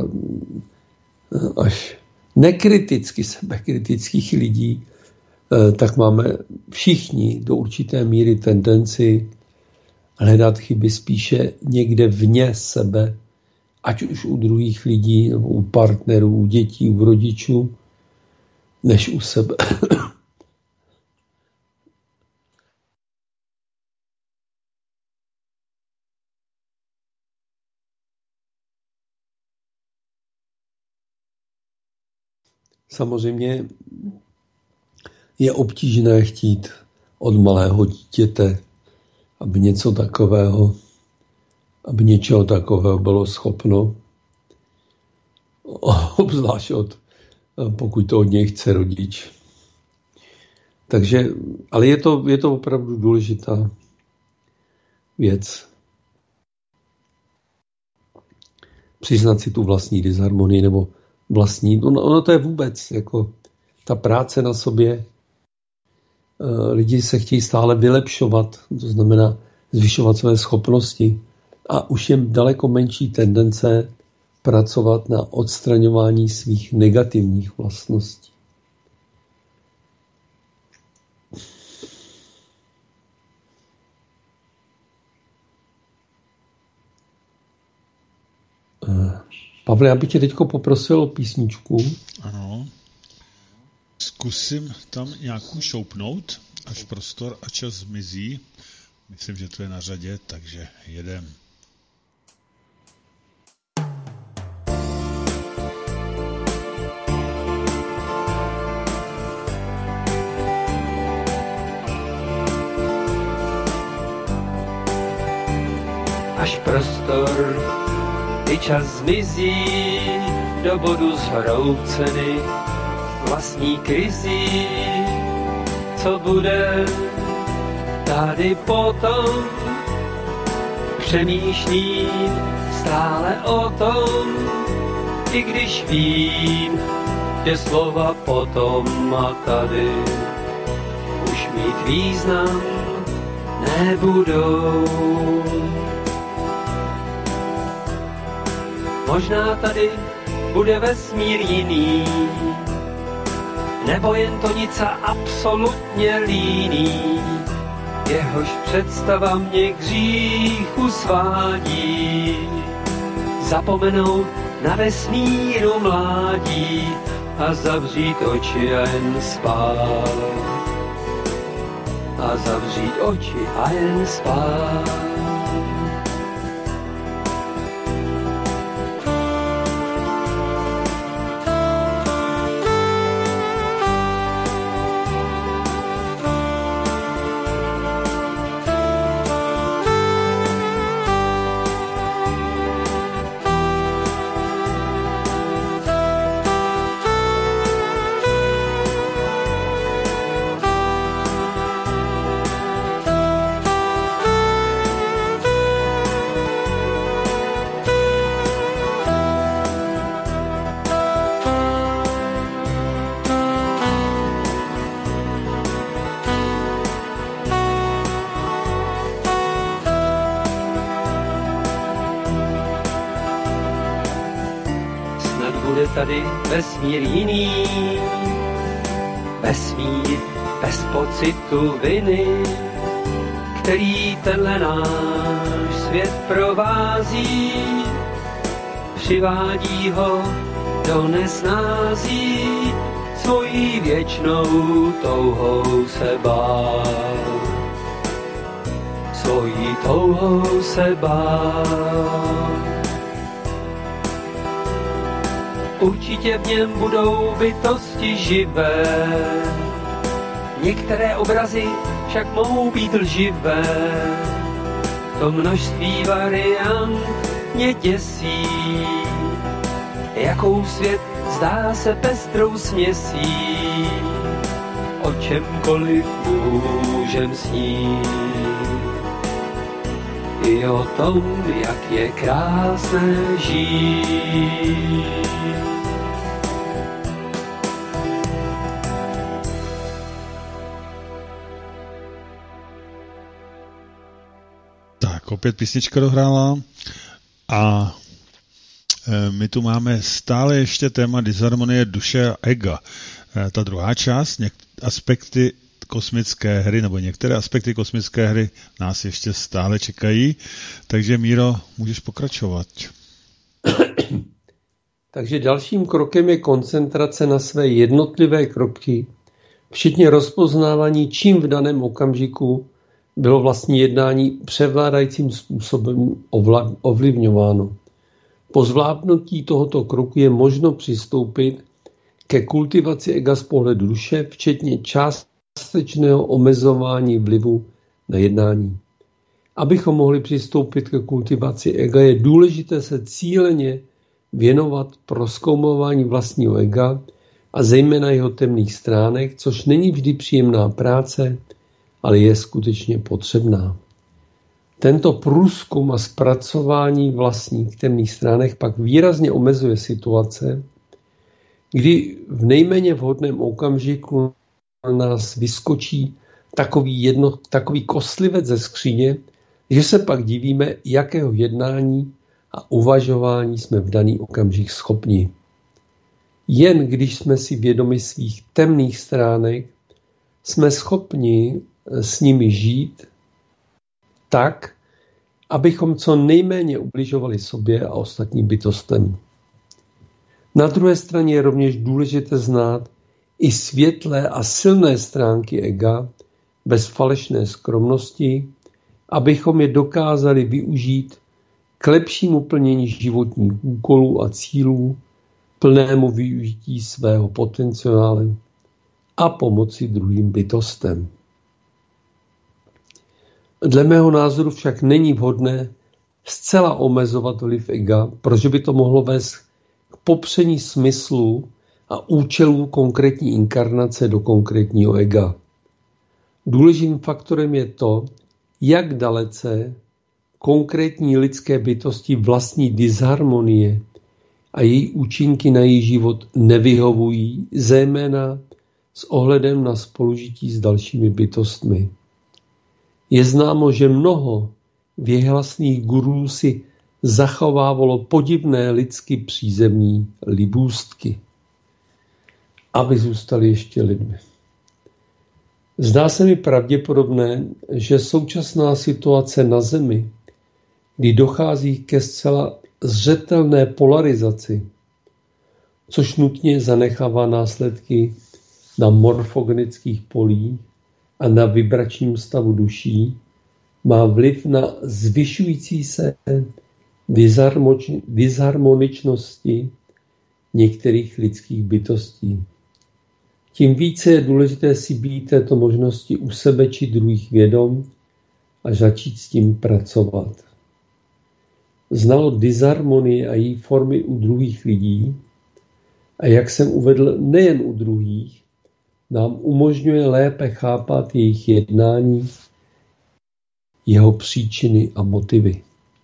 až nekriticky sebekritických lidí, tak máme všichni do určité míry tendenci hledat chyby spíše někde vně sebe, ať už u druhých lidí, nebo u partnerů, u dětí, u rodičů, než u sebe. Samozřejmě je obtížné chtít od malého dítěte, aby něco takového, aby něčeho takového bylo schopno, obzvlášť od, pokud to od něj chce rodič. Takže, ale je to, je to opravdu důležitá věc. Přiznat si tu vlastní disharmonii nebo vlastní, ono, ono to je vůbec jako ta práce na sobě. Lidi se chtějí stále vylepšovat, to znamená zvyšovat své schopnosti a už je daleko menší tendence pracovat na odstraňování svých negativních vlastností. Pavle, já bych tě teďko poprosil o písničku. Ano. Zkusím tam nějakou šoupnout, až prostor a čas zmizí. Myslím, že to je na řadě, takže jedem. Až prostor i čas zmizí do bodu zhrouceny vlastní krizí, co bude tady potom. Přemýšlím stále o tom, i když vím, že slova potom a tady už mít význam nebudou. Možná tady bude vesmír jiný, nebo jen to nic a absolutně líný, jehož představa mě k hříchu svádí. Zapomenout na vesmíru mládí a zavřít oči a jen spát. A a zavřít oči a jen spát. Tady vesmír jiný, vesmír bez pocitu viny, který tenhle náš svět provází, přivádí ho do nesnází, svojí věčnou touhou se bát, svojí touhou se bát. Určitě v něm budou bytosti živé, některé obrazy však mohou být lživé. To množství variant mě děsí, jakou svět zdá se pestrou směsí, o čemkoliv můžem snít. I o tom, jak je krásné žít. Opět písnička dohrála a my tu máme stále ještě téma disharmonie duše a ega. Ta druhá část, něk- aspekty kosmické hry, nebo některé aspekty kosmické hry nás ještě stále čekají, takže Míro, můžeš pokračovat. Takže dalším krokem je koncentrace na své jednotlivé kroky, včetně rozpoznávání, čím v daném okamžiku bylo vlastní jednání převládajícím způsobem ovlivňováno. Po zvládnutí tohoto kroku je možno přistoupit ke kultivaci ega z pohledu duše, včetně částečného omezování vlivu na jednání. Abychom mohli přistoupit ke kultivaci ega, je důležité se cíleně věnovat prozkoumování vlastního ega a zejména jeho temných stránek, což není vždy příjemná práce, ale je skutečně potřebná. Tento průzkum a zpracování vlastních temných stránek pak výrazně omezuje situace, kdy v nejméně vhodném okamžiku na nás vyskočí takový, jedno, takový koslivec ze skříně, že se pak divíme, jakého jednání a uvažování jsme v daný okamžik schopni. Jen když jsme si vědomi svých temných stránek, jsme schopni s nimi žít tak, abychom co nejméně ubližovali sobě a ostatním bytostem. Na druhé straně je rovněž důležité znát i světlé a silné stránky ega bez falešné skromnosti, abychom je dokázali využít k lepšímu plnění životních úkolů a cílů, plnému využití svého potenciálu a pomoci druhým bytostem. Dle mého názoru však není vhodné zcela omezovat vliv ega, protože by to mohlo vést k popření smyslu a účelů konkrétní inkarnace do konkrétního ega. Důležitým faktorem je to, jak dalece konkrétní lidské bytosti vlastní disharmonie a její účinky na její život nevyhovují, zejména s ohledem na spolužití s dalšími bytostmi. Je známo, že mnoho věhlasných gurů si zachovávalo podivné lidsky přízemní libůstky, aby zůstali ještě lidmi. Zdá se mi pravděpodobné, že současná situace na Zemi, kdy dochází ke zcela zřetelné polarizaci, což nutně zanechává následky na morfogenických polích, a na vibračním stavu duší má vliv na zvyšující se disharmoničnosti některých lidských bytostí. Tím více je důležité si být této možnosti u sebe či druhých vědom a začít s tím pracovat. Znalost disharmonie a její formy u druhých lidí a jak jsem uvedl, nejen u druhých, nám umožňuje lépe chápat jejich jednání, jeho příčiny a motivy.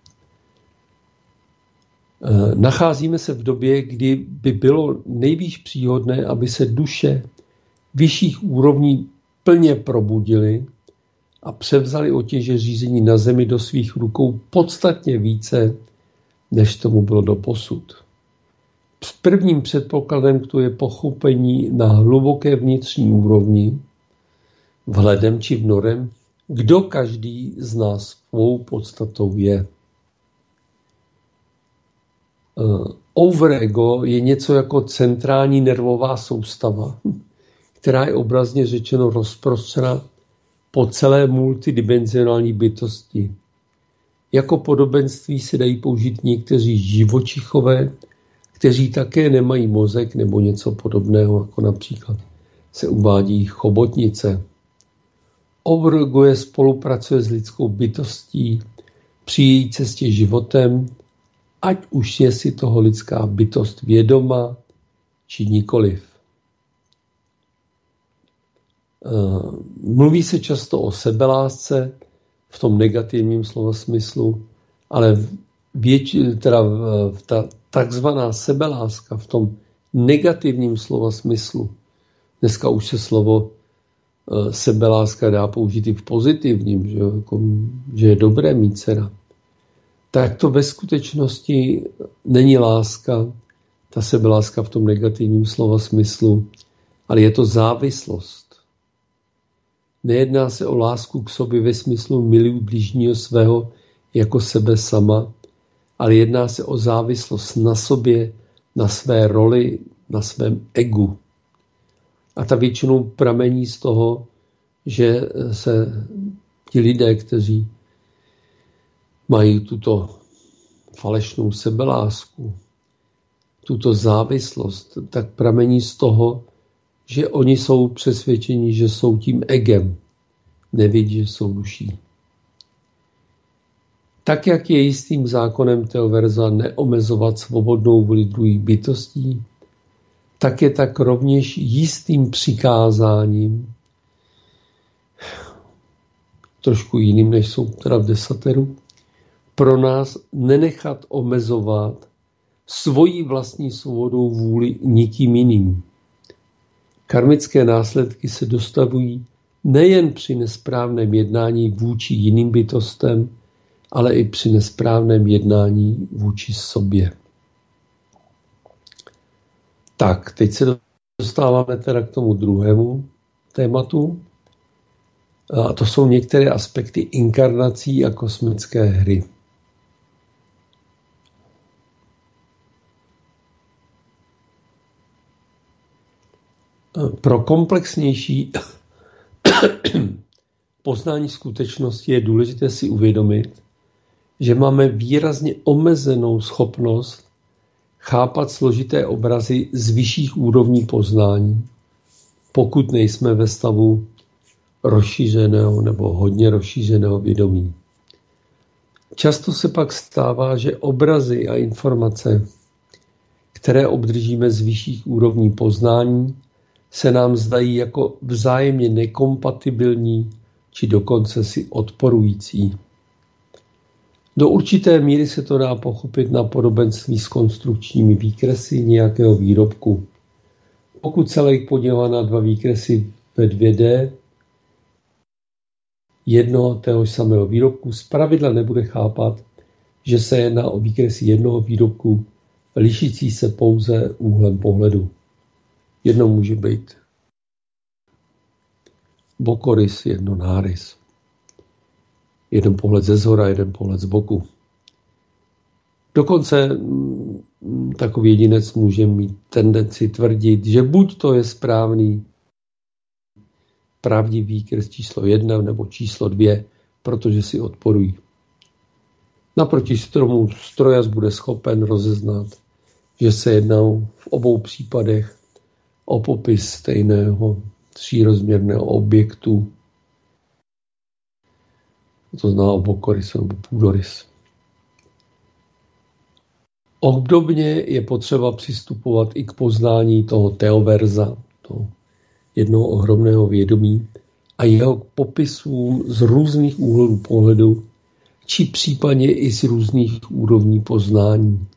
Nacházíme se v době, kdy by bylo nejvíc příhodné, aby se duše vyšších úrovní plně probudily a převzali otěže řízení na zemi do svých rukou podstatně více, než tomu bylo doposud. Prvním předpokladem k tomu je pochopení na hluboké vnitřní úrovni, vhledem či vnorem, kdo každý z nás svou podstatou je. Uh, overego je něco jako centrální nervová soustava, která je obrazně řečeno rozprostřena po celé multidimenzionální bytosti. Jako podobenství se dají použít někteří živočichové, kteří také nemají mozek nebo něco podobného, jako například se uvádí chobotnice. Overego spolupracuje s lidskou bytostí při její cestě životem, ať už je si toho lidská bytost vědoma, či nikoliv. Mluví se často o sebelásce v tom negativním slova smyslu, ale věč, teda ta takzvaná sebeláska v tom negativním slova smyslu. Dneska už se slovo sebeláska dá použít i v pozitivním, že, jako, že je dobré mít dcera. Tak to ve skutečnosti není láska, ta sebeláska v tom negativním slova smyslu, ale je to závislost. Nejedná se o lásku k sobě ve smyslu miluji bližního svého jako sebe sama, ale jedná se o závislost na sobě, na své roli, na svém egu. A ta většinou pramení z toho, že se ti lidé, kteří mají tuto falešnou sebelásku, tuto závislost, tak pramení z toho, že oni jsou přesvědčeni, že jsou tím egem, nevědí, že jsou duší. Tak, jak je jistým zákonem Teoverza neomezovat svobodnou vůli druhých bytostí, tak je tak rovněž jistým přikázáním, trošku jiným, než jsou teda v desateru, pro nás nenechat omezovat svoji vlastní svobodou vůli nikým jiným. Karmické následky se dostavují nejen při nesprávném jednání vůči jiným bytostem, ale i při nesprávném jednání vůči sobě. Tak, teď se dostáváme teda k tomu druhému tématu. A to jsou některé aspekty inkarnací a kosmické hry. Pro komplexnější poznání skutečnosti je důležité si uvědomit, že máme výrazně omezenou schopnost chápat složité obrazy z vyšších úrovní poznání, pokud nejsme ve stavu rozšířeného nebo hodně rozšířeného vědomí. Často se pak stává, že obrazy a informace, které obdržíme z vyšších úrovní poznání, se nám zdají jako vzájemně nekompatibilní či dokonce si odporující. Do určité míry se to dá pochopit na podobenství s konstrukčními výkresy nějakého výrobku. Pokud celek podívá na dva výkresy ve dvě dé jednoho téhož samého výrobku, zpravidla nebude chápat, že se jedná o výkresy jednoho výrobku, lišící se pouze úhlem pohledu. Jedno může být bokorys, jedno nárys. Jeden pohled ze zhora, jeden pohled z boku. Dokonce takový jedinec může mít tendenci tvrdit, že buď to je správný pravdivý kres číslo jedna nebo číslo dvě, protože si odporují. Naproti stromu strojař bude schopen rozeznat, že se jedná v obou případech o popis stejného třírozměrného objektu, to znamená obokorys nebo půdorys. Obdobně je potřeba přistupovat i k poznání toho teoverza, toho jednoho ohromného vědomí a jeho popisům z různých úhlů pohledu, či případně i z různých úrovní poznání.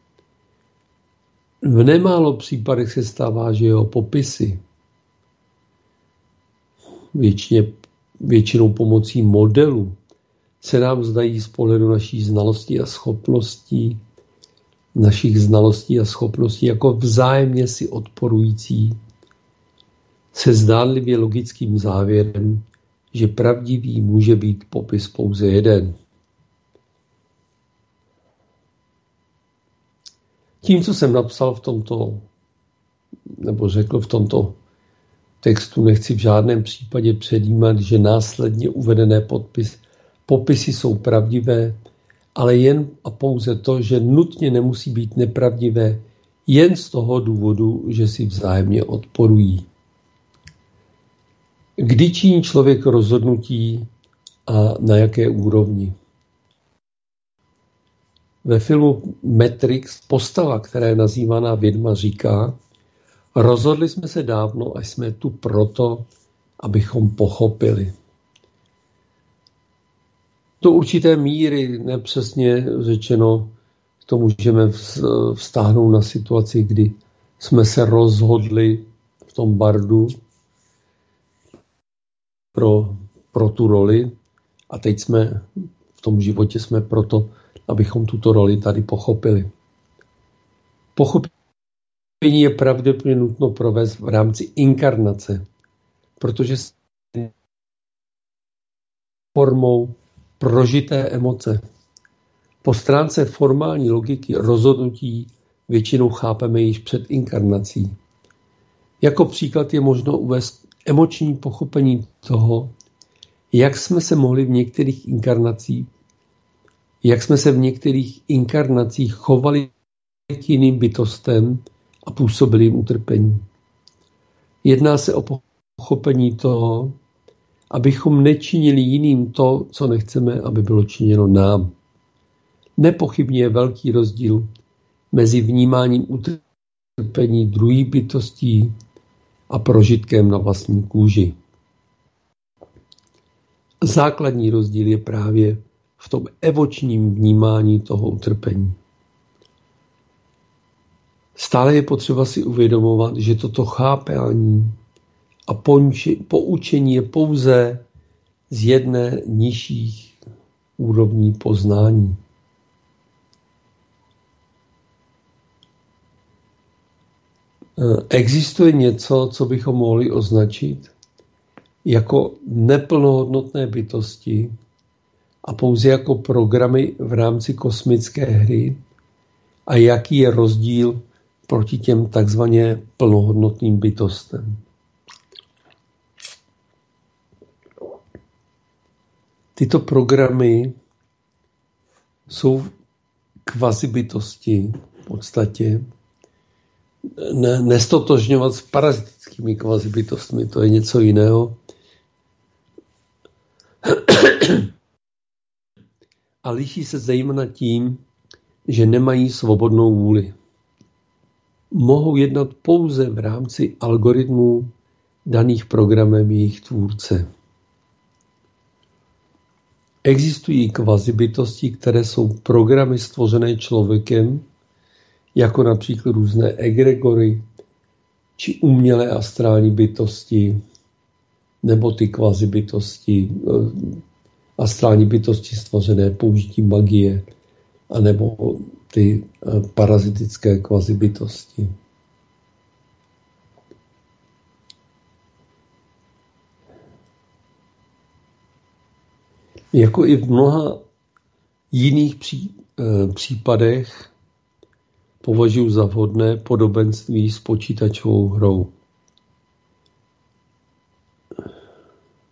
V nemálo případech se stává, že jeho popisy většině, většinou pomocí modelu se nám zdají z pohledu naší znalostí a schopností, našich znalostí a schopností jako vzájemně si odporující, se zdánlivě logickým závěrem, že pravdivý může být popis pouze jeden. Tím, co jsem napsal v tomto, nebo řekl v tomto textu, nechci v žádném případě předjímat, že následně uvedené podpis, popisy jsou pravdivé, ale jen a pouze to, že nutně nemusí být nepravdivé, jen z toho důvodu, že si vzájemně odporují. Kdy činí člověk rozhodnutí a na jaké úrovni? Ve filmu Matrix postava, která je nazývaná vědma, říká: rozhodli jsme se dávno a jsme tu proto, abychom pochopili. Do určité míry, nepřesně řečeno, to můžeme vztáhnout na situaci, kdy jsme se rozhodli v tom bardu pro, pro tu roli a teď jsme v tom životě jsme proto, abychom tuto roli tady pochopili. Pochopení je pravděpodobně nutno provést v rámci inkarnace, protože s formou prožité emoce. Po stránce formální logiky rozhodnutí většinou chápeme již před inkarnací. Jako příklad je možno uvést emoční pochopení toho, jak jsme se mohli v některých inkarnacích, jak jsme se v některých inkarnacích chovali k jiným bytostem a působili jim utrpení. Jedná se o pochopení toho, abychom nečinili jiným to, co nechceme, aby bylo činěno nám. Nepochybně je velký rozdíl mezi vnímáním utrpení druhých bytostí a prožitkem na vlastní kůži. Základní rozdíl je právě v tom evočním vnímání toho utrpení. Stále je potřeba si uvědomovat, že toto chápání a poučení je pouze z jedné nižších úrovní poznání. Existuje něco, co bychom mohli označit jako neplnohodnotné bytosti a pouze jako programy v rámci kosmické hry, a jaký je rozdíl proti těm takzvaně plnohodnotným bytostem. Tyto programy jsou kvazibytosti v podstatě. Ne, nestotožňovat s parazitickými kvazibytostmi, to je něco jiného. A liší se zejména tím, že nemají svobodnou vůli. Mohou jednat pouze v rámci algoritmů daných programem jejich tvůrce. Existují kvazibytosti, které jsou programy stvořené člověkem, jako například různé egregory, či umělé astrální bytosti, nebo ty kvazibytosti, astrální bytosti stvořené použitím magie, anebo ty parazitické kvazibytosti. Jako i v mnoha jiných pří, e, případech považuji za vhodné podobenství s počítačovou hrou.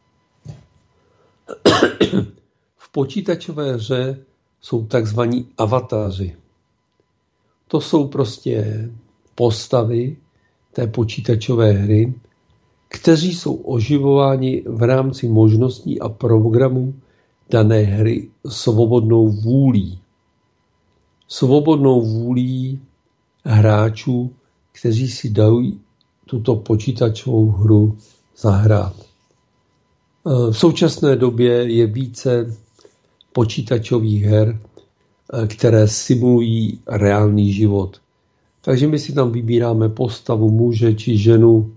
V počítačové hře jsou takzvaní avataři. To jsou prostě postavy té počítačové hry, kteří jsou oživováni v rámci možností a programů dané hry svobodnou vůlí. Svobodnou vůlí hráčů, kteří si dají tuto počítačovou hru zahrát. V současné době je více počítačových her, které simulují reálný život. Takže my si tam vybíráme postavu muže či ženu,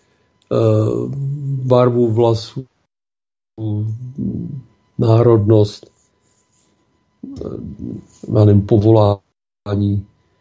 barvu vlasů, národnost, nevím, povolání,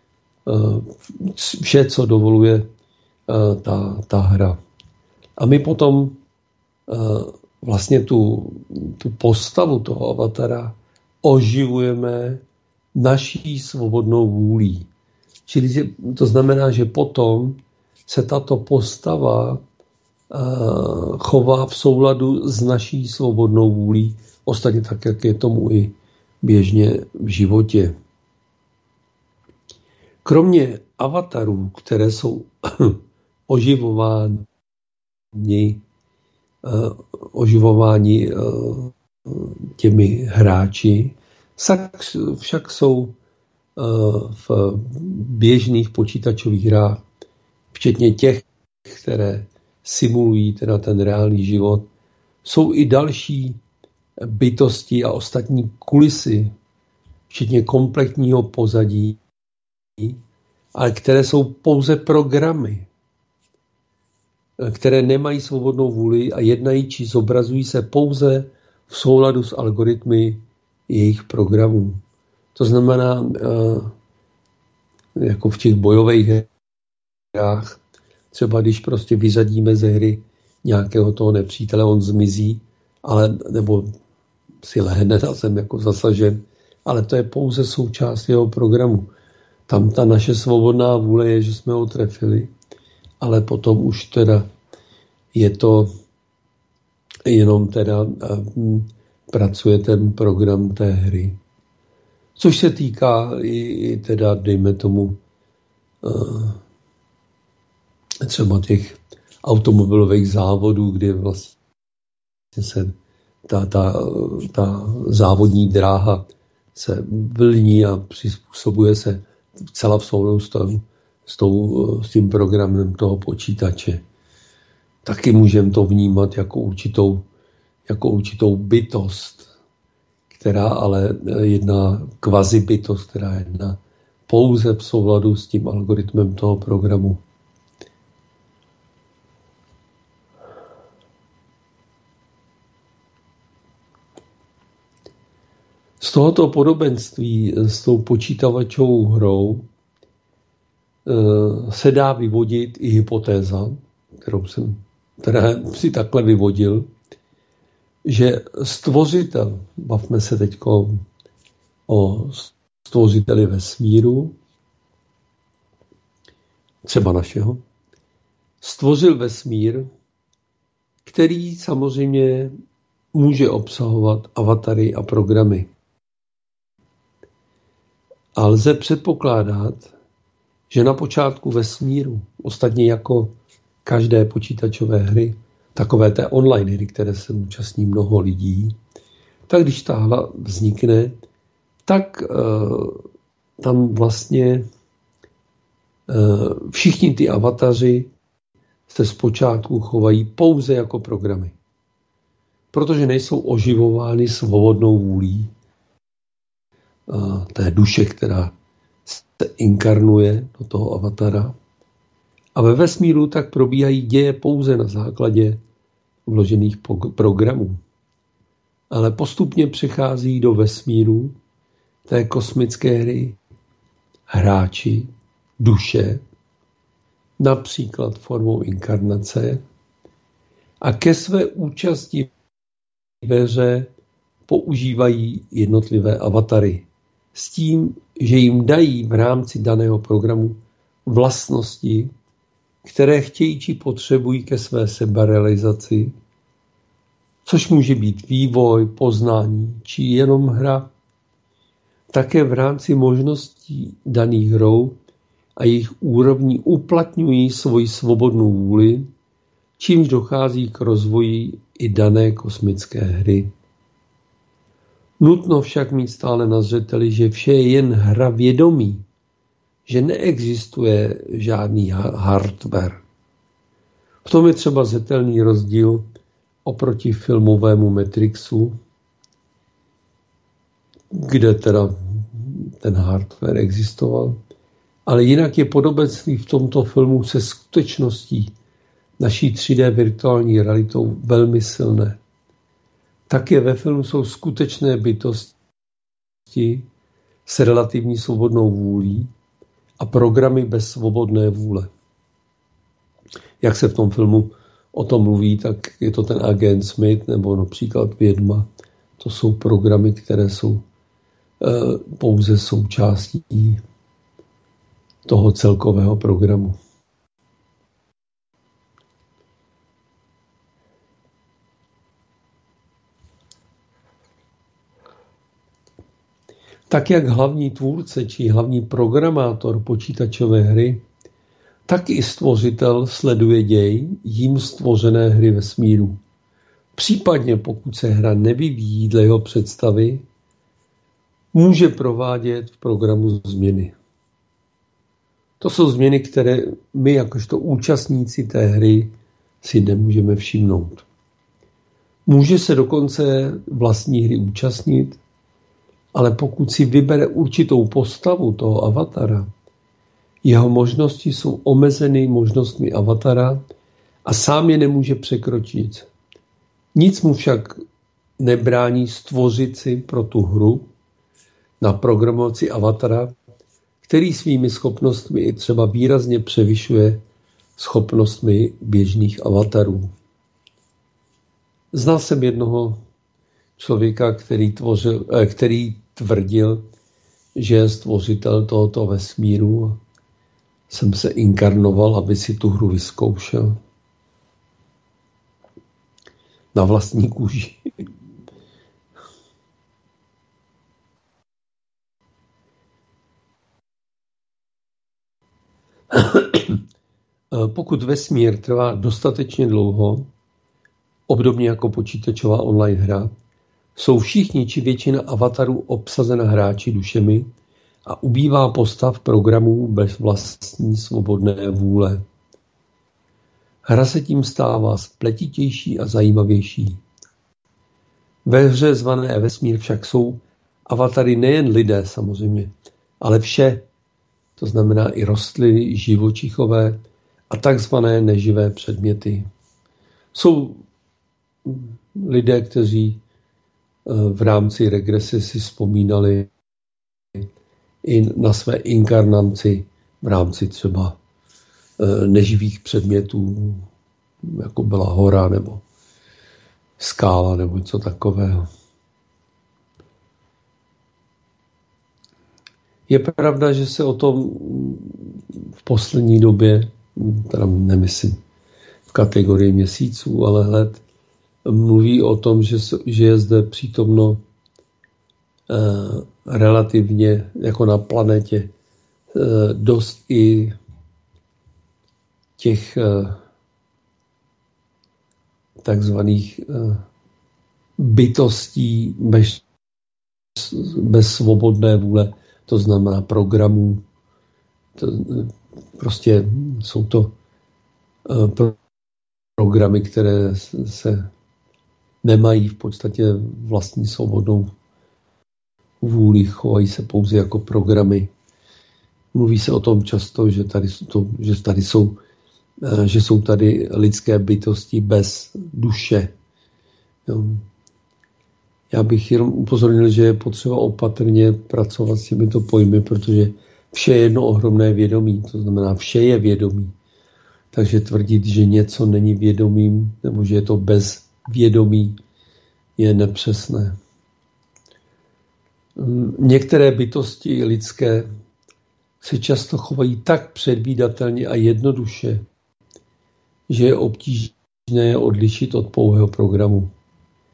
vše, co dovoluje ta, ta hra. A my potom vlastně tu, tu postavu toho avatara oživujeme naší svobodnou vůlí. Čili to znamená, že potom se tato postava chová v souladu s naší svobodnou vůlí, ostatně tak, jak je tomu i běžně v životě. Kromě avatarů, které jsou oživováni, oživováni těmi hráči, však jsou v běžných počítačových hrách, včetně těch, které simulují teda ten reálný život, jsou i další bytosti a ostatní kulisy, včetně kompletního pozadí, ale které jsou pouze programy, které nemají svobodnou vůli a jednají či zobrazují se pouze v souladu s algoritmy jejich programů. To znamená, jako v těch bojových hrách, třeba když prostě vyřadíme ze hry nějakého toho nepřítele, on zmizí, ale, nebo si lehne a jsem jako zasažen, ale to je pouze součást jeho programu. Tam ta naše svobodná vůle je, že jsme ho trefili, ale potom už teda je to jenom teda pracuje ten program té hry. Což se týká i, i teda, dejme tomu, třeba těch automobilových závodů, kde vlastně se ta, ta, ta závodní dráha se vlní a přizpůsobuje se celá v souladu s, s, tou, s tím programem toho počítače. Taky můžeme to vnímat jako určitou, jako určitou bytost, která ale jedna kvazi bytost, která jedná pouze v souladu s tím algoritmem toho programu. Z tohoto podobenství s tou počítačovou hrou se dá vyvodit i hypotéza, kterou jsem teda si takhle vyvodil, že stvořitel, bavme se teď o stvořiteli vesmíru, třeba našeho, stvořil vesmír, který samozřejmě může obsahovat avatary a programy. A lze předpokládat, že na počátku vesmíru, ostatně jako každé počítačové hry, takové té online hry, které se účastní mnoho lidí, tak když ta hra vznikne, tak e, tam vlastně e, všichni ty avataři se zpočátku chovají pouze jako programy. Protože nejsou oživovány svobodnou vůlí e, té duše, která se inkarnuje do toho avatara. A ve vesmíru tak probíhají děje pouze na základě vložených programů. Ale postupně přechází do vesmíru té kosmické hry hráči, duše, například formou inkarnace, a ke své účasti ve hře používají jednotlivé avatary s tím, že jim dají v rámci daného programu vlastnosti, které chtějí či potřebují ke své seberealizaci, což může být vývoj, poznání či jenom hra. Také v rámci možností daných hrou a jejich úrovní uplatňují svoji svobodnou vůli, čímž dochází k rozvoji i dané kosmické hry. Nutno však mít stále na zřeteli, že vše je jen hra vědomí, že neexistuje žádný hardware. V tom je třeba zřetelný rozdíl oproti filmovému Matrixu, kde teda ten hardware existoval, ale jinak je podobenství v tomto filmu se skutečností naší tři dé virtuální realitou velmi silné. Také ve filmu jsou skutečné bytosti s relativní svobodnou vůlí a programy bez svobodné vůle. Jak se v tom filmu o tom mluví, tak je to ten agent Smith nebo například Vědma. To jsou programy, které jsou e, pouze součástí toho celkového programu. Tak jak hlavní tvůrce či hlavní programátor počítačové hry, tak i stvořitel sleduje děj jím stvořené hry vesmíru. Případně pokud se hra nevyvíjí dle jeho představy, může provádět v programu změny. To jsou změny, které my jakožto účastníci té hry si nemůžeme všimnout. Může se dokonce vlastní hry účastnit, ale pokud si vybere určitou postavu toho avatara, jeho možnosti jsou omezeny možnostmi avatara a sám je nemůže překročit. Nic mu však nebrání stvořit si pro tu hru na programaci avatara, který svými schopnostmi i třeba výrazně převyšuje schopnostmi běžných avatarů. Znal jsem jednoho člověka, který, tvořil, který tvrdil, že je stvořitel tohoto vesmíru. Jsem se inkarnoval, aby si tu hru vyzkoušel. Na vlastní kůži. Pokud vesmír trvá dostatečně dlouho, obdobně jako počítačová online hra, jsou všichni či většina avatarů obsazena hráči dušemi a ubývá postav programů bez vlastní svobodné vůle. Hra se tím stává spletitější a zajímavější. Ve hře zvané vesmír však jsou avatary nejen lidé samozřejmě, ale vše, to znamená i rostliny, živočichové a takzvané neživé předměty. Jsou lidé, kteří v rámci regrese si vzpomínali i na své inkarnaci v rámci třeba neživých předmětů, jako byla hora nebo skála nebo něco takového. Je pravda, že se o tom v poslední době, teda nemyslím v kategorii měsíců, ale let, mluví o tom, že, že je zde přítomno eh, relativně jako na planetě eh, dost i těch eh, takzvaných eh, bytostí bez, bez svobodné vůle, to znamená programů. To, prostě jsou to eh, pro, programy, které se nemají v podstatě vlastní svobodnou vůli, chovají se pouze jako programy. Mluví se o tom často, že tady, to, že tady jsou, že jsou tady lidské bytosti bez duše. Jo. Já bych jenom upozornil, že je potřeba opatrně pracovat s těmito pojmy, protože vše je jedno ohromné vědomí, to znamená vše je vědomí. Takže tvrdit, že něco není vědomým, nebo že je to bez vědomí, je nepřesné. Některé bytosti lidské se často chovají tak předvídatelně a jednoduše, že je obtížné je odlišit od pouhého programu.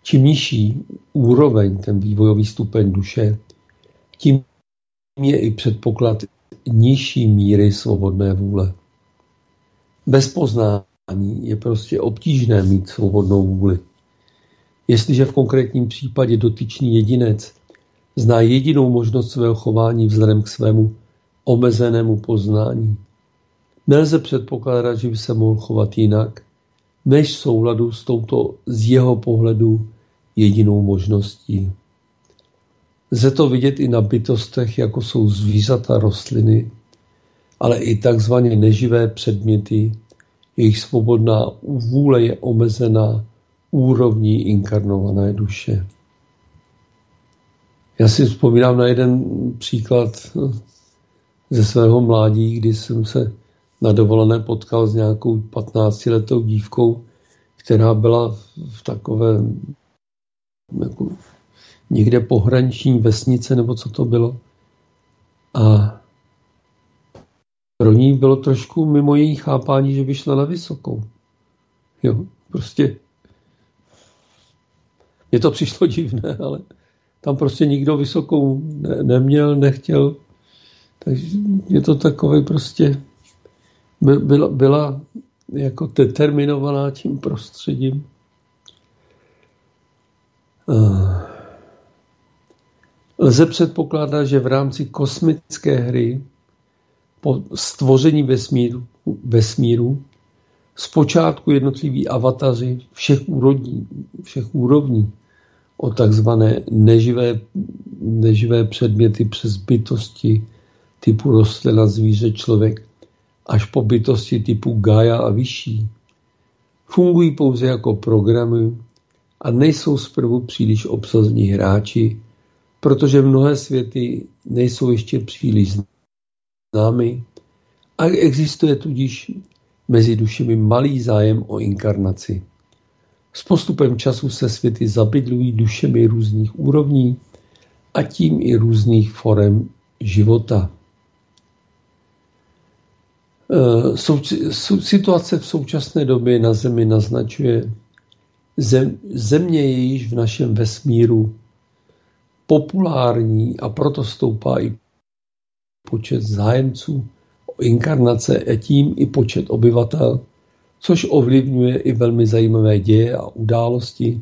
Čím nižší úroveň, ten vývojový stupeň duše, tím je i předpoklad nižší míry svobodné vůle. Bez poznání je prostě obtížné mít svobodnou vůli. Jestliže v konkrétním případě dotyčný jedinec zná jedinou možnost svého chování vzhledem k svému omezenému poznání, nelze předpokládat, že by se mohl chovat jinak, než v souladu s touto z jeho pohledu jedinou možností. Lze to vidět i na bytostech, jako jsou zvířata, rostliny, ale i takzvaně neživé předměty, jejich svobodná vůle je omezená úrovní inkarnované duše. Já si vzpomínám na jeden příklad ze svého mládí, kdy jsem se na dovolené potkal s nějakou patnáctiletou dívkou, která byla v takové jako někde pohraniční vesnice, nebo co to bylo. A pro ní bylo trošku mimo její chápání, že by šla na vysokou. Jo, prostě mně to přišlo divné, ale tam prostě nikdo vysokou ne- neměl, nechtěl. Takže je to takové prostě by, byla, byla jako determinovaná tím prostředím. Lze předpokládat, že v rámci kosmické hry po stvoření vesmíru, vesmíru zpočátku jednotliví avataři všech úrovní, všech úrovní o takzvané neživé, neživé předměty přes bytosti typu rostlina, zvíře, člověk, až po bytosti typu Gaia a vyšší, fungují pouze jako programy a nejsou zprvu příliš obsazení hráči, protože mnohé světy nejsou ještě příliš známy a existuje tudíž mezi dušemi malý zájem o inkarnaci. S postupem času se světy zabydlují dušemi různých úrovní a tím i různých forem života. Situace v současné době na Zemi naznačuje, zem, Země je již v našem vesmíru populární a proto stoupá i počet zájemců o inkarnace a tím i počet obyvatel, což ovlivňuje i velmi zajímavé děje a události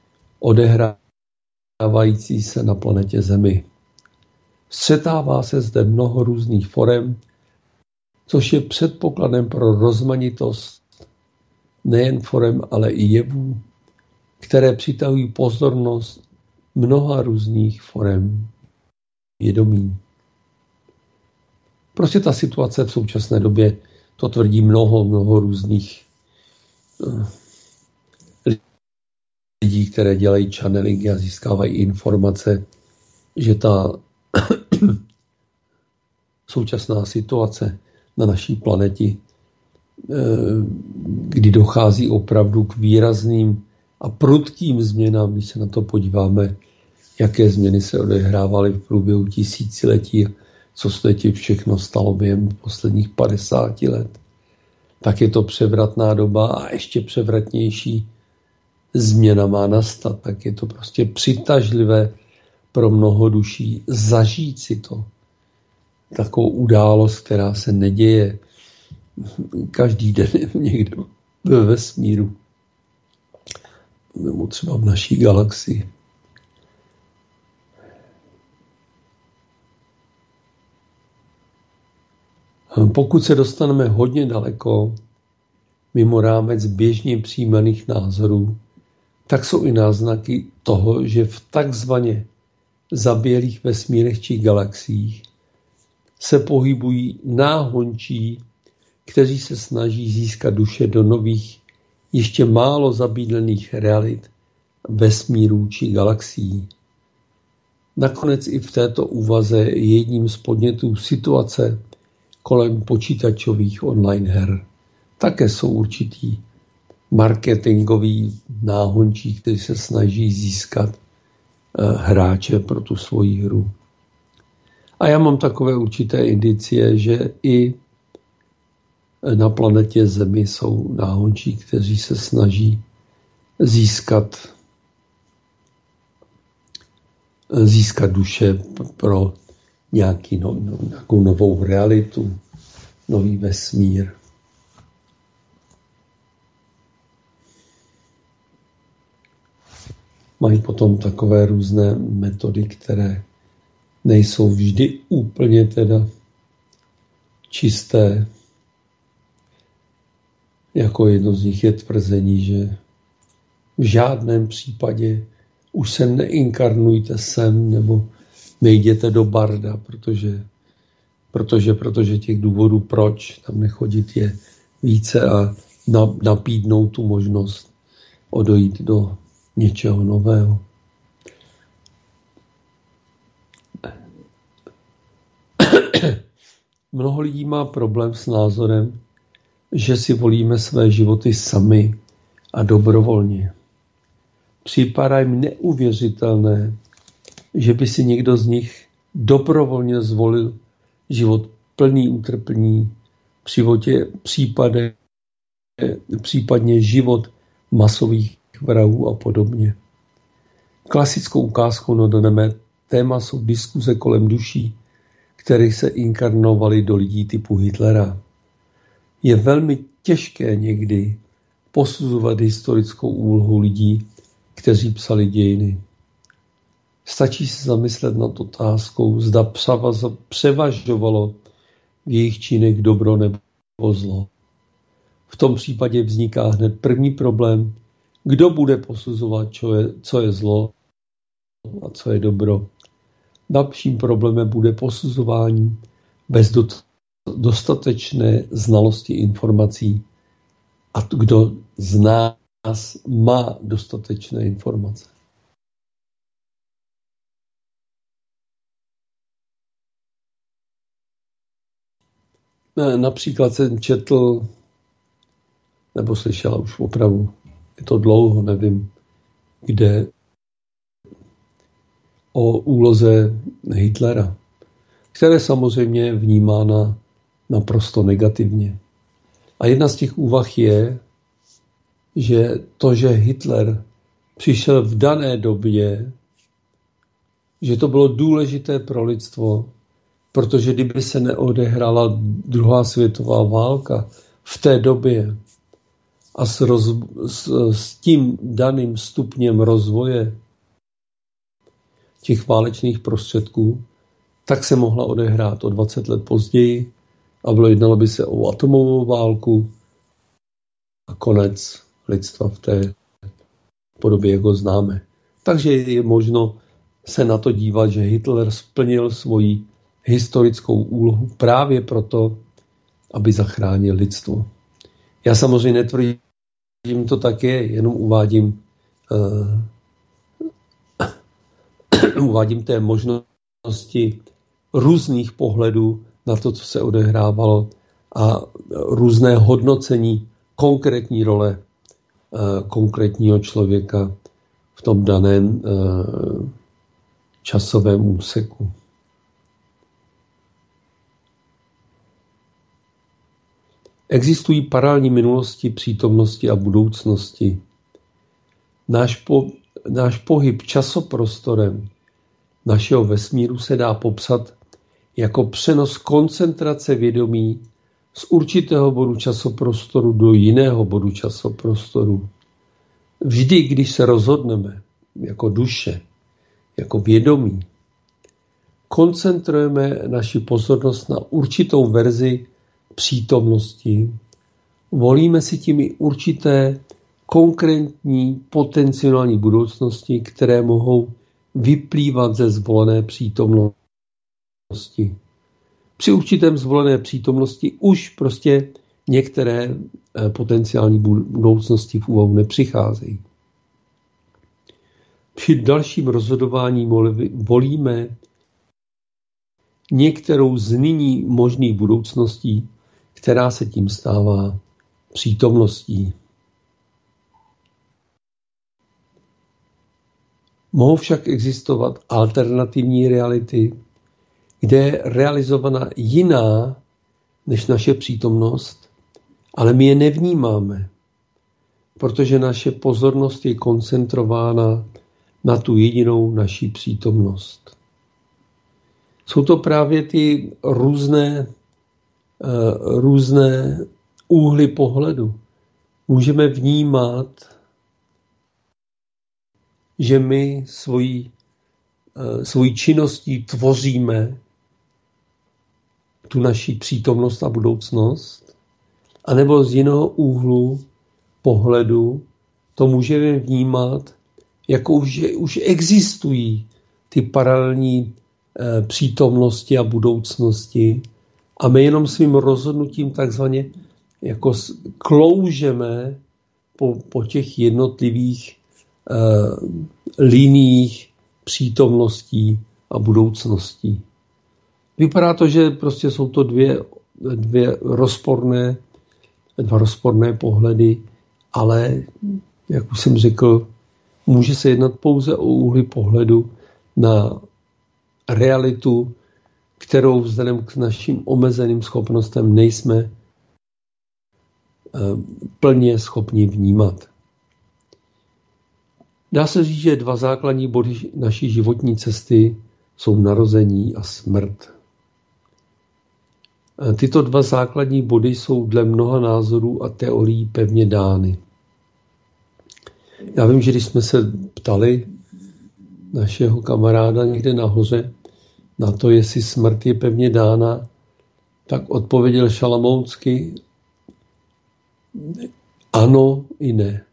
odehrávající se na planetě Zemi. Střetává se zde mnoho různých forem, což je předpokladem pro rozmanitost nejen forem, ale i jevů, které přitahují pozornost mnoha různých forem vědomí. Prostě ta situace v současné době, to tvrdí mnoho, mnoho různých lidí, které dělají channelingy a získávají informace, že ta současná situace na naší planetě, kdy dochází opravdu k výrazným a prudkým změnám, když se na to podíváme, jaké změny se odehrávaly v průběhu tisíciletí, co se tím všechno stalo během posledních padesáti let, tak je to převratná doba a ještě převratnější změna má nastat. Tak je to prostě přitažlivé pro mnoho duší zažít si to. Takovou událost, která se neděje každý den někde ve vesmíru. Nebo třeba v naší galaxii. Pokud se dostaneme hodně daleko mimo rámec běžně přijímaných názorů, tak jsou i náznaky toho, že v takzvaně zabělých vesmírech či galaxiích se pohybují náhončí, kteří se snaží získat duše do nových, ještě málo zabydlených realit vesmírů či galaxií. Nakonec i v této úvaze je jedním z podnětů situace kolem počítačových online her. Také jsou určitý marketingový náhončí, kteří se snaží získat hráče pro tu svoji hru. A já mám takové určité indicie, že i na planetě Zemi jsou náhončí, kteří se snaží získat získat duše pro nějaký no, no, nějakou novou realitu, nový vesmír. Mají potom takové různé metody, které nejsou vždy úplně teda čisté. Jako jedno z nich je tvrzení, že v žádném případě už se neinkarnujte sem nebo nejděte do Barda, protože, protože, protože těch důvodů, proč tam nechodit, je více a nabídnout tu možnost odejít do něčeho nového. Mnoho lidí má problém s názorem, že si volíme své životy sami a dobrovolně. Připadá jim neuvěřitelné, že by si někdo z nich dobrovolně zvolil život plný utrpení, v životě případě, případně život masových vrahů a podobně. Klasickou ukázkou na dané téma jsou diskuze kolem duší, které se inkarnovaly do lidí typu Hitlera. Je velmi těžké někdy posuzovat historickou úlohu lidí, kteří psali dějiny. Stačí se zamyslet nad otázkou, zda převažovalo v jejich činech dobro nebo zlo. V tom případě vzniká hned první problém, kdo bude posuzovat, co je, co je zlo a co je dobro. Dalším problémem bude posuzování bez dostatečné znalosti informací. A kdo z nás má dostatečné informace. Například jsem četl, nebo slyšel už opravdu, je to dlouho, nevím, kde, o úloze Hitlera, která je samozřejmě vnímána naprosto negativně. A jedna z těch úvah je, že to, že Hitler přišel v dané době, že to bylo důležité pro lidstvo, protože kdyby se neodehrála druhá světová válka v té době a s, roz, s, s tím daným stupněm rozvoje těch válečných prostředků, tak se mohla odehrát o dvacet let později a bylo jednalo by se o atomovou válku a konec lidstva v té podobě, jak ho známe. Takže je možno se na to dívat, že Hitler splnil svoji historickou úlohu právě proto, aby zachránil lidstvo. Já samozřejmě netvrdím, to tak je, jenom uvádím, uh, uvádím té možnosti různých pohledů na to, co se odehrávalo a různé hodnocení konkrétní role uh, konkrétního člověka v tom daném uh, časovém úseku. Existují paralelní minulosti, přítomnosti a budoucnosti. Náš, po, náš pohyb časoprostorem našeho vesmíru se dá popsat jako přenos koncentrace vědomí z určitého bodu časoprostoru do jiného bodu časoprostoru. Vždy, když se rozhodneme jako duše, jako vědomí, koncentrujeme naši pozornost na určitou verzi přítomnosti, volíme si tím i určité konkrétní potenciální budoucnosti, které mohou vyplývat ze zvolené přítomnosti. Při určitém zvolené přítomnosti už prostě některé potenciální budoucnosti v úvahu nepřicházejí. Při dalším rozhodování volíme některou z nyní možných budoucností, která se tím stává přítomností. Mohou však existovat alternativní reality, kde je realizovaná jiná než naše přítomnost, ale my je nevnímáme, protože naše pozornost je koncentrována na tu jedinou naší přítomnost. Jsou to právě ty různé, uh, různé úhly pohledu. Můžeme vnímat, že my svojí, uh, svojí činností tvoříme tu naši přítomnost a budoucnost, anebo z jiného úhlu pohledu to můžeme vnímat, jako už, že už existují ty paralelní e, přítomnosti a budoucnosti a my jenom svým rozhodnutím takzvaně jako kloužeme po, po těch jednotlivých e, liniích přítomností a budoucností. Vypadá to, že prostě jsou to dvě, dvě rozporné, dva rozporné pohledy, ale, jak už jsem řekl, může se jednat pouze o úhly pohledu na realitu, kterou vzhledem k našim omezeným schopnostem nejsme plně schopni vnímat. Dá se říct, že dva základní body naší životní cesty jsou narození a smrt. Tyto dva základní body jsou dle mnoha názorů a teorií pevně dány. Já vím, že když jsme se ptali našeho kamaráda někde nahoře na to, jestli smrt je pevně dána, tak odpověděl šalamounsky ano i ne.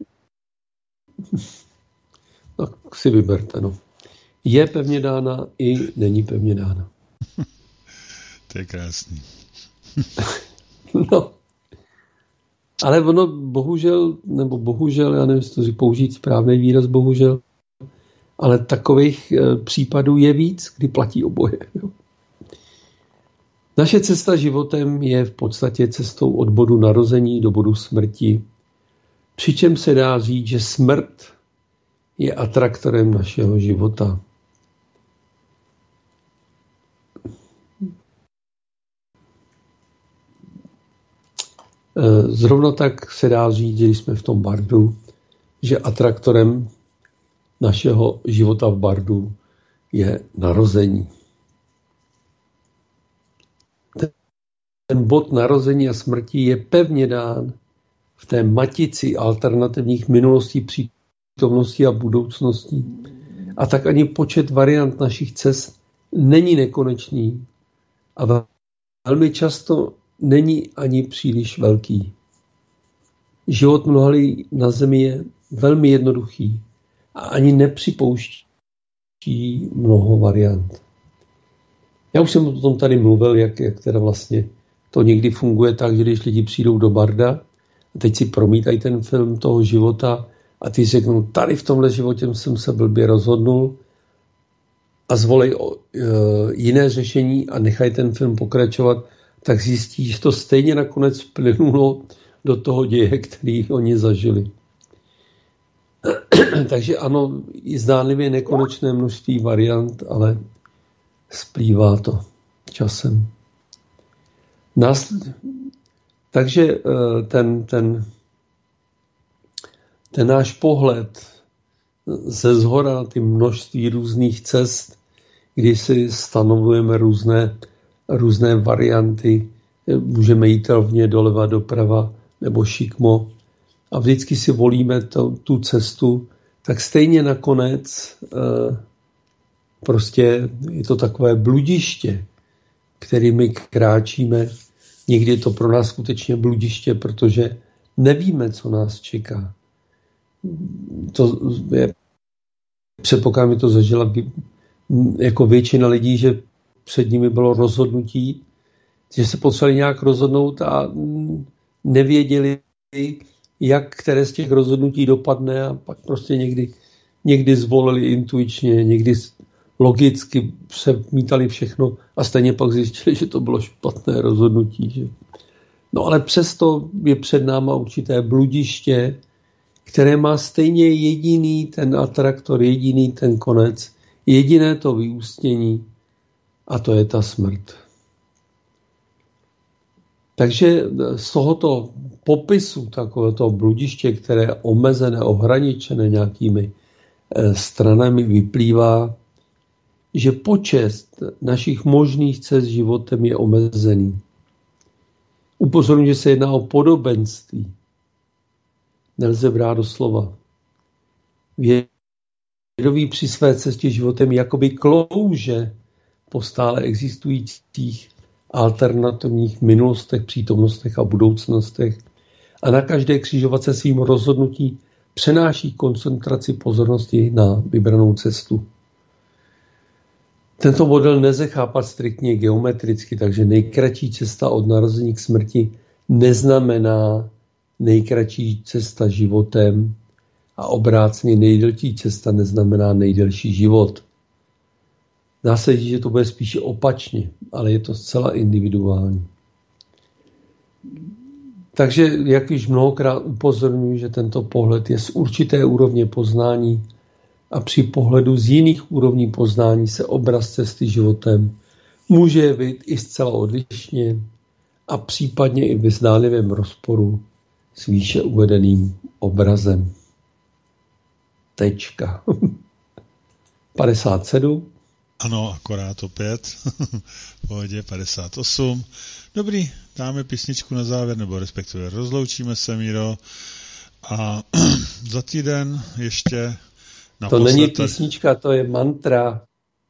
Tak si vyberte, no. Je pevně dána i není pevně dána. To je krásný. No. Ale ono bohužel, nebo bohužel, já nevím, jestli to použít správný výraz bohužel, ale takových e, případů je víc, kdy platí oboje. Jo. Naše cesta životem je v podstatě cestou od bodu narození do bodu smrti, přičem se dá říct, že smrt je atraktorem našeho života. Zrovna tak se dá říct, že když jsme v tom bardu, že atraktorem našeho života v bardu je narození. Ten bod narození a smrti je pevně dán v té matici alternativních minulostí, přítomností a budoucností. A tak ani počet variant našich cest není nekonečný a velmi často není ani příliš velký. Život mnoha lidí na zemi je velmi jednoduchý a ani nepřipouští mnoho variant. Já už jsem o tom tady mluvil, jak, jak teda vlastně to někdy funguje tak, že když lidi přijdou do barda a teď si promítají ten film toho života a ty řeknou, tady v tomhle životě jsem se blbě rozhodnul a zvolej o, e, jiné řešení a nechají ten film pokračovat, tak zjistí, že to stejně nakonec vplynulo do toho děje, který oni zažili. Takže ano, i zdánlivě nekonečné množství variant, ale splývá to časem. Násl- Takže ten, ten, ten náš pohled ze zhora na ty množství různých cest, kdy si stanovujeme různé různé varianty, můžeme jít rovně doleva, doprava nebo šikmo a vždycky si volíme to, tu cestu, tak stejně nakonec e, prostě je to takové bludiště, kterými kráčíme. Někdy je to pro nás skutečně bludiště, protože nevíme, co nás čeká. To je, předpokládám, že to zažila jako většina lidí, že před nimi bylo rozhodnutí, že se potřebovali nějak rozhodnout a nevěděli, jak které z těch rozhodnutí dopadne a pak prostě někdy, někdy zvolili intuičně, někdy logicky přemítali všechno a stejně pak zjistili, že to bylo špatné rozhodnutí. Že? No ale přesto je před náma určité bludiště, které má stejně jediný ten atraktor, jediný ten konec, jediné to vyústění, a to je ta smrt. Takže z tohoto popisu takového bludiště, které je omezené, ohraničené nějakými stranami vyplývá, že počet našich možných cest životem je omezený. Upozorňuji, že se jedná o podobenství. Nelze brát do slova. Vědomí při své cestě životem jakoby klouže po stále existujících alternativních minulostech, přítomnostech a budoucnostech a na každé křižovatce svým rozhodnutí přenáší koncentraci pozornosti na vybranou cestu. Tento model nelze chápat striktně geometricky, takže nejkratší cesta od narození k smrti neznamená nejkratší cesta životem a obráceně nejdelší cesta neznamená nejdelší život. Dá se říct, že to bude spíše opačně, ale je to zcela individuální. Takže, jak již mnohokrát upozorňuji, že tento pohled je z určité úrovně poznání a při pohledu z jiných úrovní poznání se obraz cesty životem může jevit i zcela odlišně a případně i v zdánlivém rozporu s výše uvedeným obrazem. Tečka. padesát sedm. Ano, akorát opět. V pohodě padesát osm. Dobrý, dáme písničku na závěr, nebo respektive rozloučíme se, Míro. A za týden ještě naposled... To není písnička, to je mantra.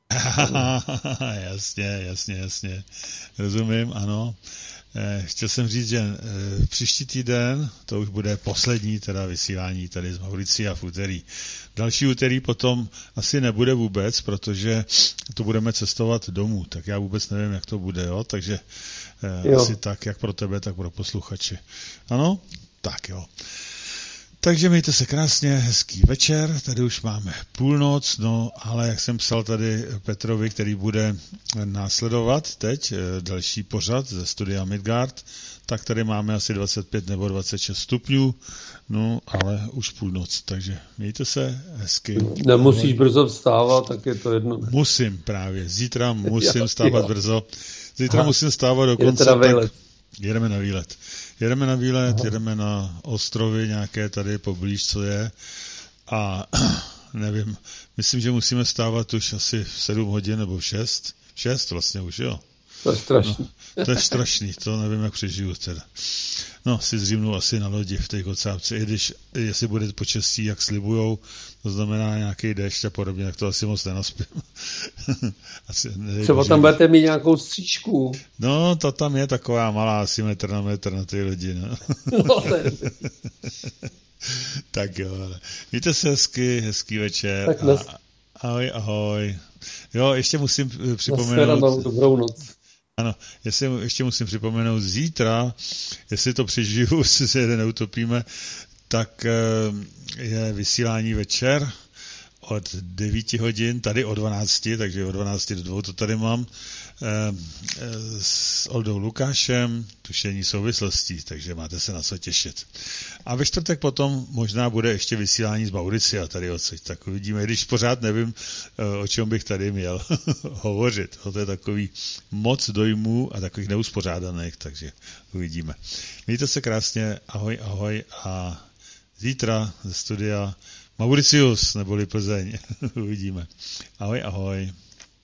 jasně, jasně, jasně. Rozumím, ano. Chtěl jsem říct, že příští týden, to už bude poslední teda vysílání tady z Mauricia v úterý. Další úterý potom asi nebude vůbec, protože to budeme cestovat domů, tak já vůbec nevím, jak to bude, jo, takže jo. Asi tak, jak pro tebe, tak pro posluchače. Ano? Tak jo. Takže mějte se krásně, hezký večer, tady už máme půlnoc, no ale jak jsem psal tady Petrovi, který bude následovat teď další pořad ze studia Midgard, tak tady máme asi dvacet pět nebo dvacet šest stupňů, no ale už půlnoc, takže mějte se hezky. Nemusíš ahoj. Brzo vstávat, tak je to jedno. Musím právě, zítra musím vstávat brzo, zítra Aha. musím vstávat dokonce, tak jedeme na výlet. Jedeme na výlet, Aha. jedeme na ostrovy nějaké tady poblíž, co je a nevím, myslím, že musíme stávat už asi v sedm hodin nebo v šest. šest vlastně už, jo. To je strašný. No, to je strašný, to nevím, jak přežiju teda. No, si zřímnu asi na lodi v té kocápce, i když, jestli bude počasí, jak slibujou, to znamená nějaký déšť a podobně, tak to asi moc nenaspím. asi, nevím, Třeba tam budete mít nějakou střížku. No, ta tam je taková malá, asi metr na metr na té lodi, no. no ten. Tak jo, ale mějte se hezky, hezký večer. Tak nas... a, ahoj, ahoj. Jo, ještě musím připomenout... Dobrou noc. Ano, jestli ještě musím připomenout, zítra, jestli to přežiju, si se jeden neutopíme, tak je vysílání večer od devíti hodin, tady od dvanácti, takže od dvanácti do dvou to tady mám, s Oldou Lukášem, tušení souvislostí, takže máte se na co těšit. A ve čtvrtek potom možná bude ještě vysílání z Mauricia tady odsaď, tak uvidíme, když pořád nevím, o čem bych tady měl hovořit. To je takový moc dojmů a takových neuspořádaných, takže uvidíme. Mějte se krásně, ahoj, ahoj a zítra ze studia Mauricius neboli Plzeň. Uvidíme. Ahoj, ahoj.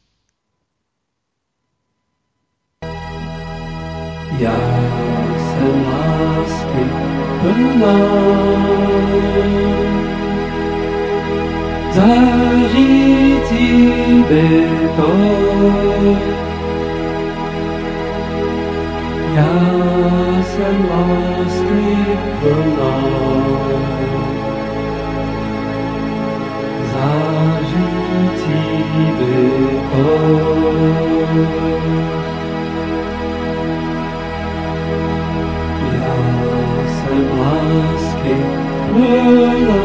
Já jsem lásky plná, zářící bytost. Já jsem lásky plná, zářící bytost. Lásky plná,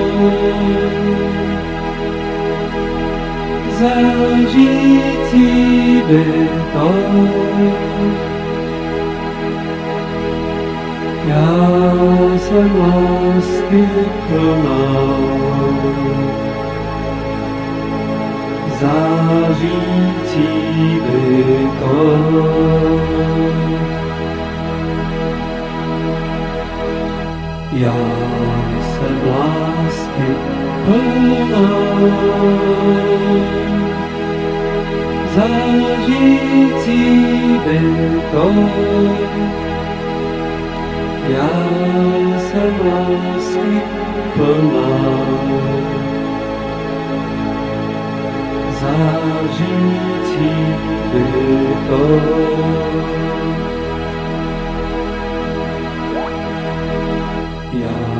zářící bytost. Já jsem lásky plná, zářící bytost. Já jsem lásky plná, zářící bytom. Já jsem lásky plná, zářící bytom. Já